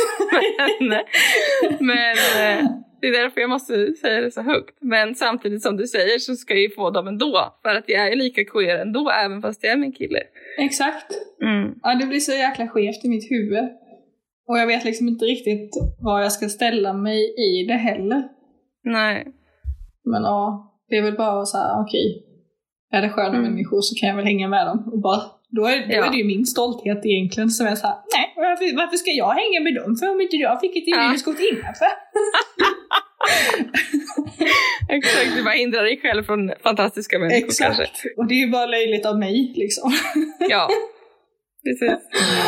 men det är därför jag måste säga det så högt. Men samtidigt som du säger så ska jag ju få dem ändå. För att jag är lika queer ändå, även fast jag är min kille. Exakt. Ja, det blir så jäkla skevt i mitt huvud. Och jag vet liksom inte riktigt vad jag ska ställa mig i det heller. Nej. Men det är väl bara så här, okej. Är det sköna människor så kan jag väl hänga med dem. Och bara, då är det ju min stolthet egentligen som är så här, nej, varför ska jag hänga med dem? För om inte jag fick ett inbjudningskort innanför. Exakt, du bara hindrar dig själv från fantastiska människor. Exakt, kanske. Och det är ju bara löjligt av mig liksom. Ja, precis.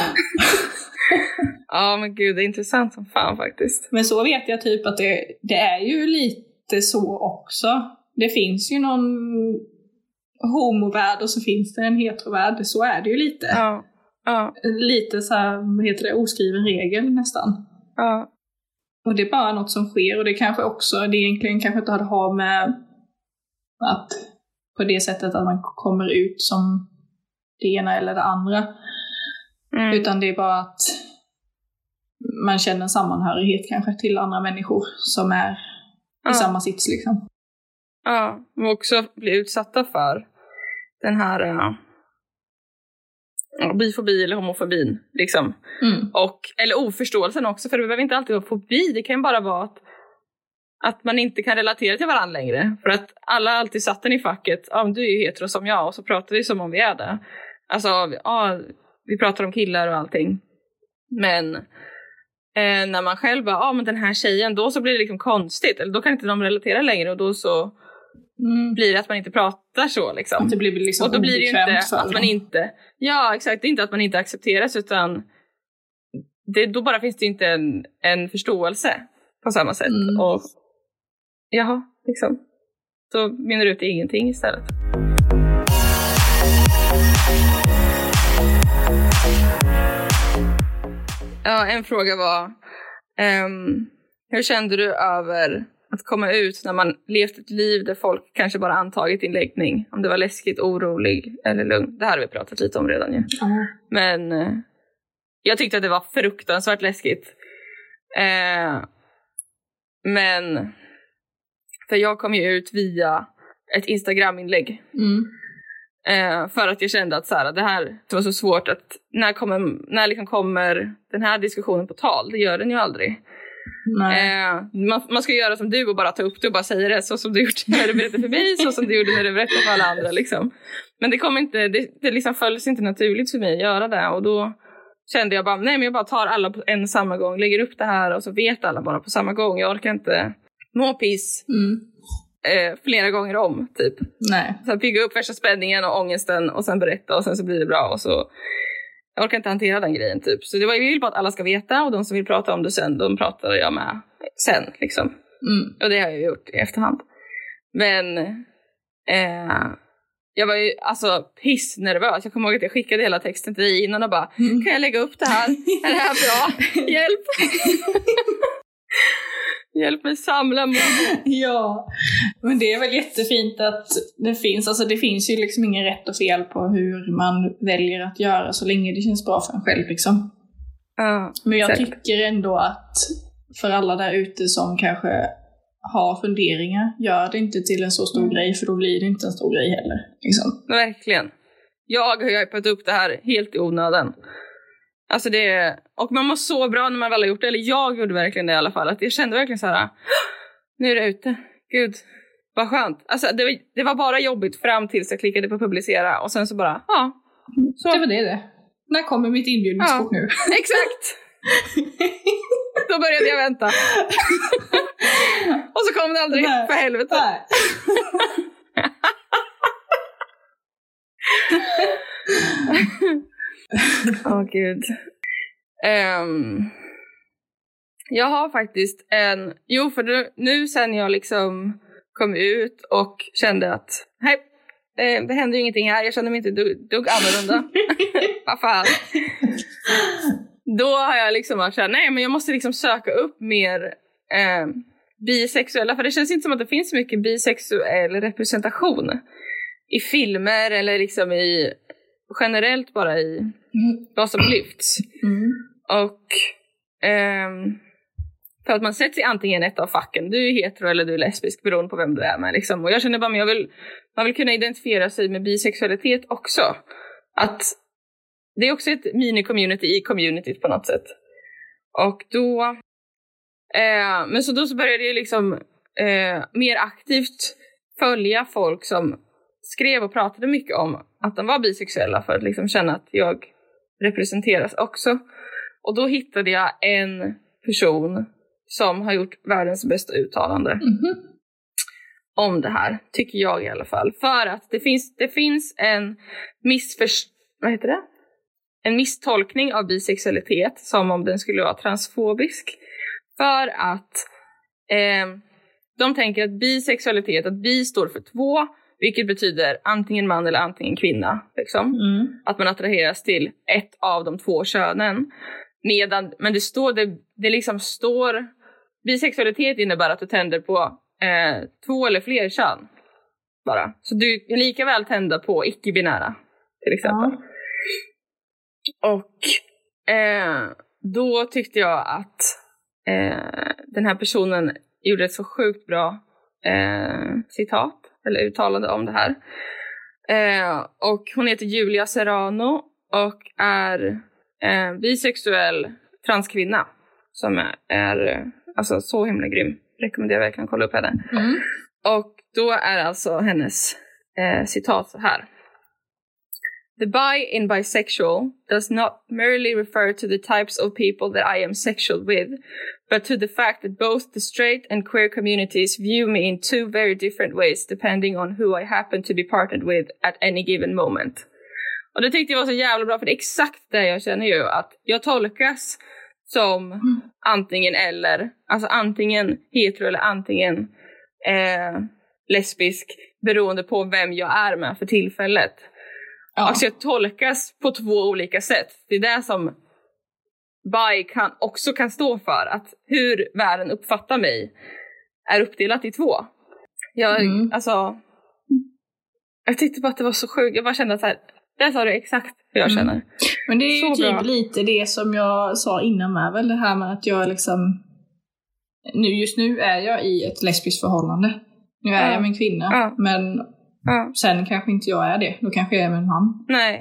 Ja, men gud, det är intressant som fan faktiskt. Men så vet jag typ att det är ju lite så också. Det finns ju någon homovärld och så finns det en heterovärld. Så är det ju lite. Lite så här, heter det, oskriven regel nästan. Och det är bara något som sker. Och det kanske också, det egentligen kanske inte har att ha med att på det sättet att man kommer ut som det ena eller det andra. Utan det är bara att man känner en sammanhörighet kanske till andra människor som är i samma sits liksom. Ja, och också bli utsatta för den här bifobi eller homofobin liksom. Eller oförståelsen också, för det behöver inte alltid vara fobi. Det kan ju bara vara att man inte kan relatera till varandra längre. För att alla har alltid satt den i facket. Du är ju hetero som jag, och så pratar vi som om vi är det. Alltså, vi pratar om killar och allting. Men när man själv bara, men den här tjejen, då så blir det liksom konstigt. Eller då kan inte de relatera längre, och då så blir det att man inte pratar så liksom. Att det blir liksom, och då blir det ju inte att man inte... Ja, exakt. Det är inte att man inte accepteras, utan då bara finns det inte en förståelse på samma sätt. Och jaha, liksom. Så mynnar det ut i ingenting istället. Ja, en fråga var hur kände du över att komma ut när man levt ett liv där folk kanske bara antagit din läggning? Om det var läskigt, orolig eller lugn. Det här har vi pratat lite om redan ju. Men jag tyckte att det var fruktansvärt läskigt. Men för jag kom ju ut via ett Instagram-inlägg. För att jag kände att det var så svårt att när liksom kommer den här diskussionen på tal. Det gör den ju aldrig. Man ska göra som du och bara ta upp det och bara säga det så som du gjort när du berättade för mig, så som du gjorde när du berättade för alla andra liksom. Men det kom inte, det liksom följs inte naturligt för mig att göra det, och då kände jag bara, nej men jag bara tar alla på en samma gång, lägger upp det här och så vet alla bara på samma gång. Jag orkar inte må piss flera gånger om typ. Nej. Så bygga upp värsta spänningen och ångesten och sen berätta och sen så blir det bra och så. Jag orkar inte hantera den grejen typ. Så jag vill bara att alla ska veta, och de som vill prata om det sen, de pratar jag med sen liksom. Och det har jag gjort i efterhand. Men jag var ju alltså pissnervös. Jag kommer ihåg att jag skickade hela texten till dig innan och bara, kan jag lägga upp det här? Är det här bra? Hjälp! Hjälp mig samla mod. Ja, men det är väl jättefint att det finns. Alltså det finns ju liksom ingen rätt och fel på hur man väljer att göra så länge det känns bra för en själv liksom. Men jag tycker ändå att för alla där ute som kanske har funderingar, gör det inte till en så stor grej, för då blir det inte en stor grej heller liksom. Verkligen. Jag har hypat upp det här helt i onödan. Alltså och man mår så bra när man väl har gjort det. Eller jag gjorde verkligen det i alla fall. Att jag kände verkligen så här, nu är det ute. Gud, vad skönt. Alltså det var bara jobbigt fram tills jag klickade på publicera. Och sen så bara, så. Det var det. När kommer mitt inbjudningskort nu? Exakt. Då började jag vänta. Och så kom det aldrig, för helvete. Nej. Gud. Jag har faktiskt för nu sen jag liksom kom ut och kände att det hände ju ingenting här. Jag kände mig inte dugg annorlunda. Vad fan. Då har jag liksom varit såhär, nej men jag måste liksom söka upp mer bisexuella. För det känns inte som att det finns så mycket bisexuell representation i filmer eller liksom generellt bara i vad som lyfts. Och för att man sätts i antingen ett av facken. Du är hetero eller du är lesbisk, beroende på vem du är med liksom. Och jag känner bara, men man vill kunna identifiera sig med bisexualitet också. Att det är också ett mini-community i communityt på något sätt. Och då men så började jag liksom mer aktivt följa folk som skrev och pratade mycket om att de var bisexuella, för att liksom känna att jag representeras också. Och då hittade jag en person som har gjort världens bästa uttalande om det här, tycker jag i alla fall. För att det finns en en misstolkning av bisexualitet som om den skulle vara transfobisk. För att de tänker att bisexualitet, att bi står för två, vilket betyder antingen man eller antingen kvinna. Liksom. Att man attraheras till ett av de två könen. Men det liksom står, bisexualitet innebär att du tänder på två eller fler kön. Bara. Så du kan lika väl tända på icke-binära till exempel. Och då tyckte jag att den här personen gjorde ett så sjukt bra citat eller uttalande om det här. Och hon heter Julia Serrano och är bisexuell transkvinna som är alltså så himla grym. Rekommenderar verkligen att kolla upp henne. Och då är alltså hennes citat så här. The bi in bisexual does not merely refer to the types of people that I am sexual with, but to the fact that both the straight and queer communities view me in two very different ways depending on who I happen to be partnered with at any given moment. Och det tyckte jag var så jävla bra, för det är exakt det jag känner ju, att jag tolkas som antingen eller, alltså antingen hetero eller antingen lesbisk, beroende på vem jag är med för tillfället. Alltså jag tolkas på två olika sätt. Det är det som bi kan stå för. Att hur världen uppfattar mig är uppdelat i två. Jag tyckte bara att det var så sjukt. Jag bara kände att så här, där sa du exakt hur jag känner. Men det är ju så typ bra. lite det som jag sa innan med, väl det här med att jag liksom just nu är jag i ett lesbiskt förhållande. Nu är jag med en kvinna, men sen kanske inte jag är det. Då kanske jag är med en man. Nej.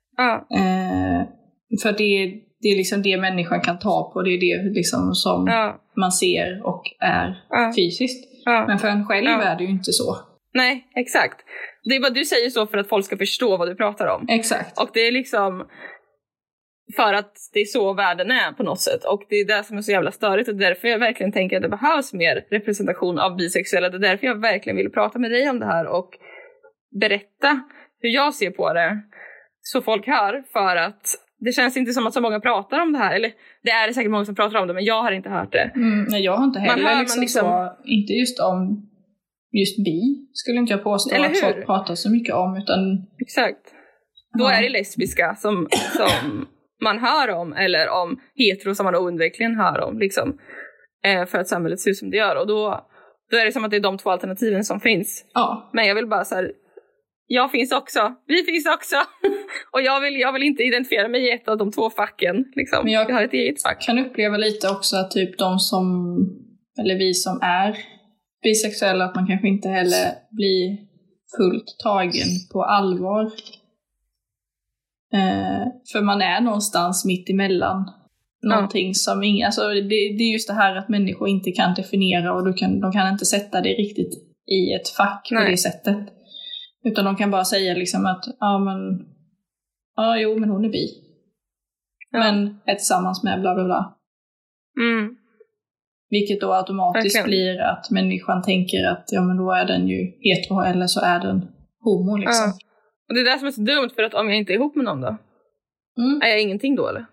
För det är liksom det människan kan ta på. Det är det liksom som man ser och är fysiskt. Men för en själv är det ju inte så. Nej, exakt. Det är bara du säger så för att folk ska förstå vad du pratar om. Exakt. Och det är liksom, För att det är så världen är på något sätt. Och det är det som är så jävla störigt. Och därför jag verkligen tänker att det behövs mer representation av bisexuella. Det är därför jag verkligen vill prata med dig om det här. Och berätta hur jag ser på det. Så folk hör. För att det känns inte som att så många pratar om det här. Eller det är säkert många som pratar om det. Men jag har inte hört det. Nej, jag har inte heller man liksom så, inte just om just bi. Skulle inte jag påstå eller att hur? folk pratar så mycket om. Utan... Exakt. Då är det lesbiska som man hör om. Eller om hetero som man oundvikligen hör om. Liksom, för att samhället ser ut som det gör. Och då är det som att det är de två alternativen som finns. Ja. Men jag vill bara så här... Jag finns också. Vi finns också. Och jag vill inte identifiera mig i ett av de två facken. Liksom. Men jag har ett eget fack. Kan uppleva lite också att typ de som, eller vi som är bisexuella, att man kanske inte heller blir fullt tagen på allvar. För man är någonstans mitt emellan. Någonting som ingen, alltså det är just det här att människor inte kan definiera och de kan inte sätta det riktigt i ett fack på det sättet. Utan de kan bara säga liksom att men hon är bi. Ja. Men är tillsammans med bla bla bla. Mm. Vilket då automatiskt blir att människan tänker att ja men då är den ju hetero eller så är den homo liksom. Ja. Och det är det som är så dumt, för att om jag inte är ihop med någon då? Är jag ingenting då eller?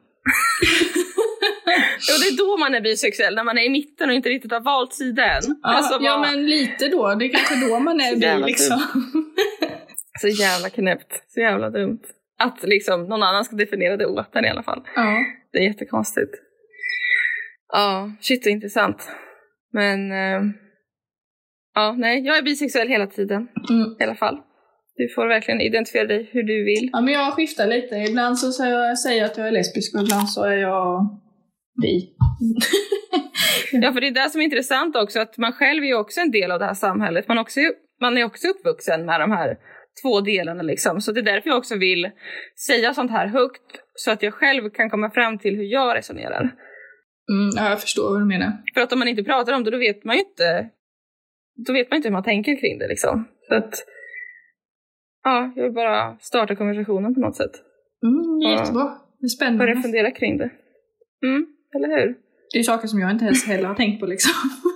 Och det är då man är bisexuell, när man är i mitten och inte riktigt har valt sidan. Ja, alltså, men lite då. Det är kanske då man är bi liksom. Så jävla knäppt. Så jävla dumt. Att liksom någon annan ska definiera det åt den i alla fall. Ja. Det är jättekonstigt. Ja, shit, det är intressant. Men nej, jag är bisexuell hela tiden. I alla fall. Du får verkligen identifiera dig hur du vill. Ja, men jag skiftar lite. Ibland så säger jag att jag är lesbisk och ibland så är jag bi. Ja, för det är det som är intressant också. Att man själv är ju också en del av det här samhället. Man är också uppvuxen med de här två delarna liksom. Så det är därför jag också vill säga sånt här högt. Så att jag själv kan komma fram till hur jag resonerar. Ja, jag förstår vad du menar. För att om man inte pratar om det, då vet man ju inte. Då vet man inte hur man tänker kring det liksom. Så att ja, jag vill bara starta konversationen på något sätt. Jättebra. Det är spännande. Börja fundera kring det. Eller hur? Det är saker som jag inte ens heller har tänkt på liksom.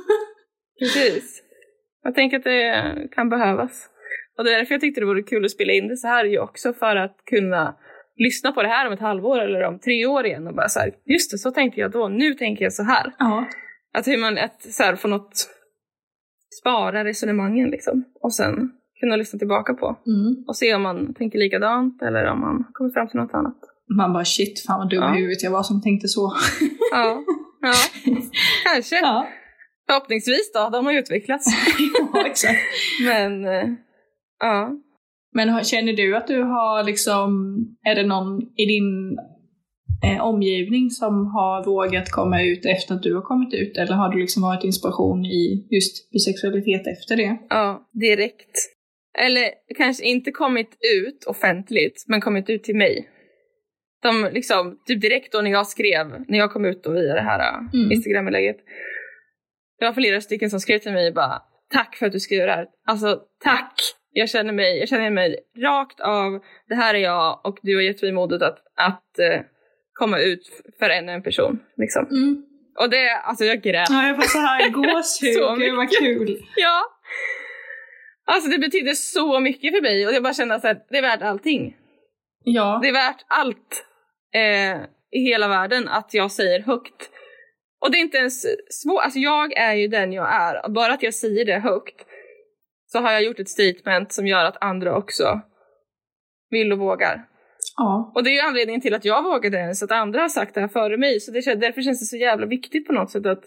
Precis. Jag tänker att det kan behövas. Och det är därför jag tyckte det vore kul att spela in det så här ju också. För att kunna lyssna på det här om ett halvår eller om 3 år igen. Och bara så här, just det, så tänkte jag då. Nu tänker jag så här. Ja. Att hur man så här, får något spara resonemangen liksom. Och sen kunna lyssna tillbaka på. Och se om man tänker likadant eller om man kommer fram till något annat. Man bara shit, fan vad dum i huvudet jag var som tänkte så. Ja, kanske. Ja. Förhoppningsvis då, de har utvecklats. Ja, exakt. Men, ja. Men känner du att du har liksom, är det någon i din omgivning som har vågat komma ut efter att du har kommit ut? Eller har du liksom varit inspiration i just bisexualitet efter det? Ja, direkt. Eller kanske inte kommit ut offentligt, men kommit ut till mig. De liksom, typ direkt då när jag kom ut då via det här Instagram-läget. Det var flera stycken som skrev till mig bara, tack för att du skriver det här. Alltså, tack! Jag känner mig rakt av, det här är jag och du har gett mig modet att komma ut för en person. Liksom. Och det, alltså jag grät. Ja, jag var så här gåshud, det var kul. Ja. Alltså det betyder så mycket för mig och jag bara känner att det är värt allting. Ja. Det är värt allt i hela världen att jag säger högt. Och det är inte ens svårt, alltså jag är ju den jag är. Bara att jag säger det högt så har jag gjort ett statement som gör att andra också vill och vågar. Ja. Och det är ju anledningen till att jag vågade ens, att andra har sagt det här före mig. Så därför känns det så jävla viktigt på något sätt att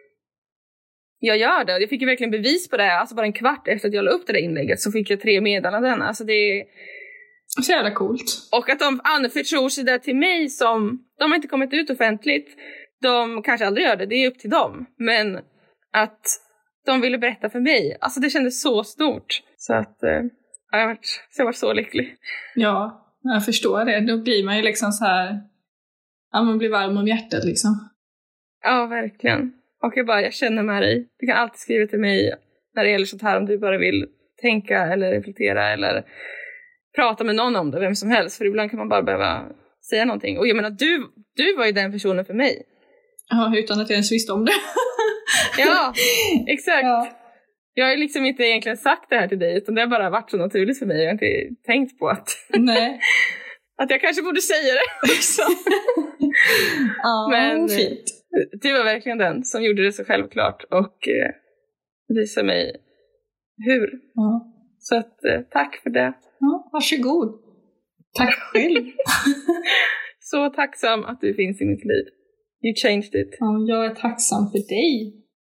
jag gör det. Jag fick ju verkligen bevis på det. Alltså bara en kvart efter att jag la upp det där inlägget så fick jag 3 meddelanden. Alltså det är så jävla coolt. Och att de anförtror sig där till mig som, de har inte kommit ut offentligt. De kanske aldrig gör det, det är upp till dem. Men att de ville berätta för mig. Alltså det kändes så stort. Så att jag var så lycklig. Ja, jag förstår det. Då blir man ju liksom så här, ja, man blir varm om hjärtat liksom. Ja, verkligen. Och jag känner med dig. Du kan alltid skriva till mig när det gäller sånt här om du bara vill tänka eller reflektera eller prata med någon om det, vem som helst. För ibland kan man bara behöva säga någonting. Och jag menar, du var ju den personen för mig. Ja, utan att jag ens visste om det. Ja, exakt. Ja. Jag har ju liksom inte egentligen sagt det här till dig, utan det har bara varit så naturligt för mig. Jag har inte tänkt på Nej. att jag kanske borde säga det också. Ja, men fint. du var verkligen den som gjorde det så självklart och visade mig hur. Ja. Så att tack för det. Ja, varsågod. Tack själv. Så tacksam att du finns i mitt liv. You changed it. Ja, jag är tacksam för dig.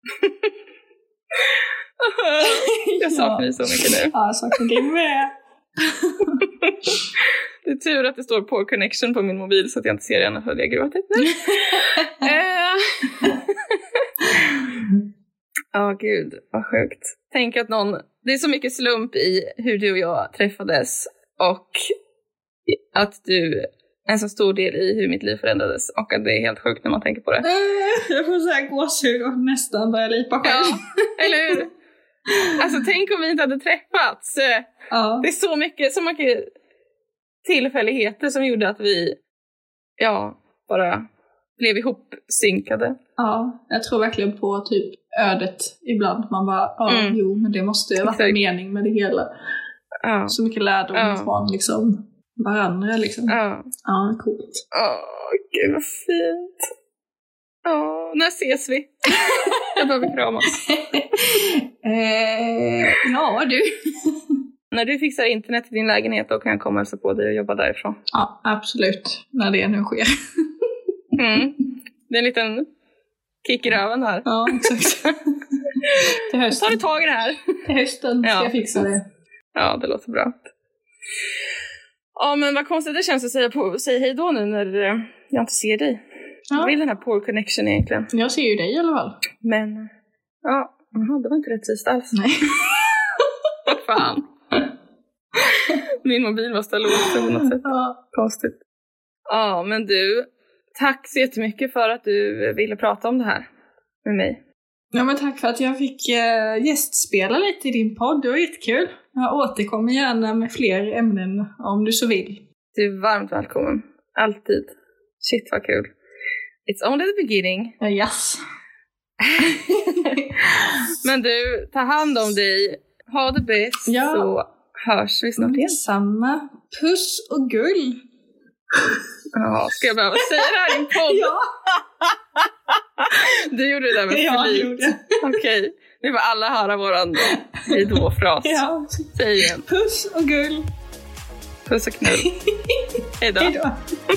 Jag saknar dig så mycket nu. Ja, jag saknar dig med. Det är tur att det står Poor Connection på min mobil så att jag inte ser det, annars hade jag gråtit nu. Gud, vad sjukt. Tänk att det är så mycket slump i hur du och jag träffades och att du är en så stor del i hur mitt liv förändrades och att det är helt sjukt när man tänker på det. Jag får säga gåshud och nästan börja lipa själv. Ja, eller hur? Alltså tänk om vi inte hade träffats. Ja. Det är så mycket tillfälligheter som gjorde att vi bara blev ihopsynkade. Ja, jag tror verkligen på typ ödet ibland. Man bara, jo, men det måste ju ha varit en mening med det hela. Ja. Så mycket lärdom från liksom varandra liksom. Ja, coolt. Gud vad fint. När ses vi? Jag behöver kramas. Ja, du. När du fixar internet i din lägenhet, då kan jag komma och hälsa på dig och jobba därifrån. Ja, absolut. När det nu sker. Det är en liten kick i röven här. Ja, exakt. Till hösten. Tar du tag i det här? Till hösten ska jag fixa det. Ja, det låter bra. Ja, men vad konstigt det känns att säga hej då nu när jag inte ser dig. Ja. Jag vill den här Poor Connection egentligen. Jag ser ju dig i alla fall. Men, det var inte rättvist alls. Nej. Vad fan. Min mobil var låst på något sätt. Ja. Konstigt. Ja, men du, tack så jättemycket för att du ville prata om det här med mig. Ja, men tack för att jag fick gästspela lite i din podd. Det var jättekul. Jag återkommer gärna med fler ämnen om du så vill. Du är varmt välkommen. Alltid. Shit vad kul. It's only the beginning. Ja, yes. Men du, ta hand om dig. Ha det bäst. Ja. Så hörs vi snart igen. Samma. Puss och gull. Ja, ska jag behöva säga det här i en podd? Ja. Du gjorde det där med flit. Ja, jag gjorde. Okej. Nu får alla höra våran hejdå-fras. Ja. Säg igen. Puss och gull. Puss och knull. Hejdå. Hejdå.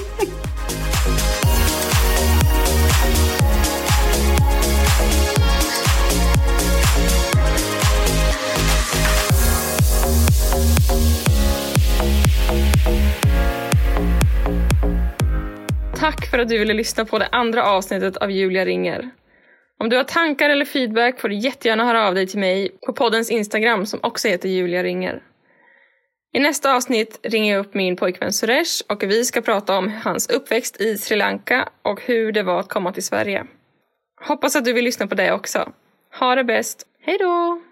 Tack för att du ville lyssna på det andra avsnittet av Julia ringer. Om du har tankar eller feedback får du jättegärna höra av dig till mig på poddens Instagram som också heter Julia ringer. I nästa avsnitt ringer jag upp min pojkvän Suresh och vi ska prata om hans uppväxt i Sri Lanka och hur det var att komma till Sverige. Hoppas att du vill lyssna på det också. Ha det bäst. Hej då!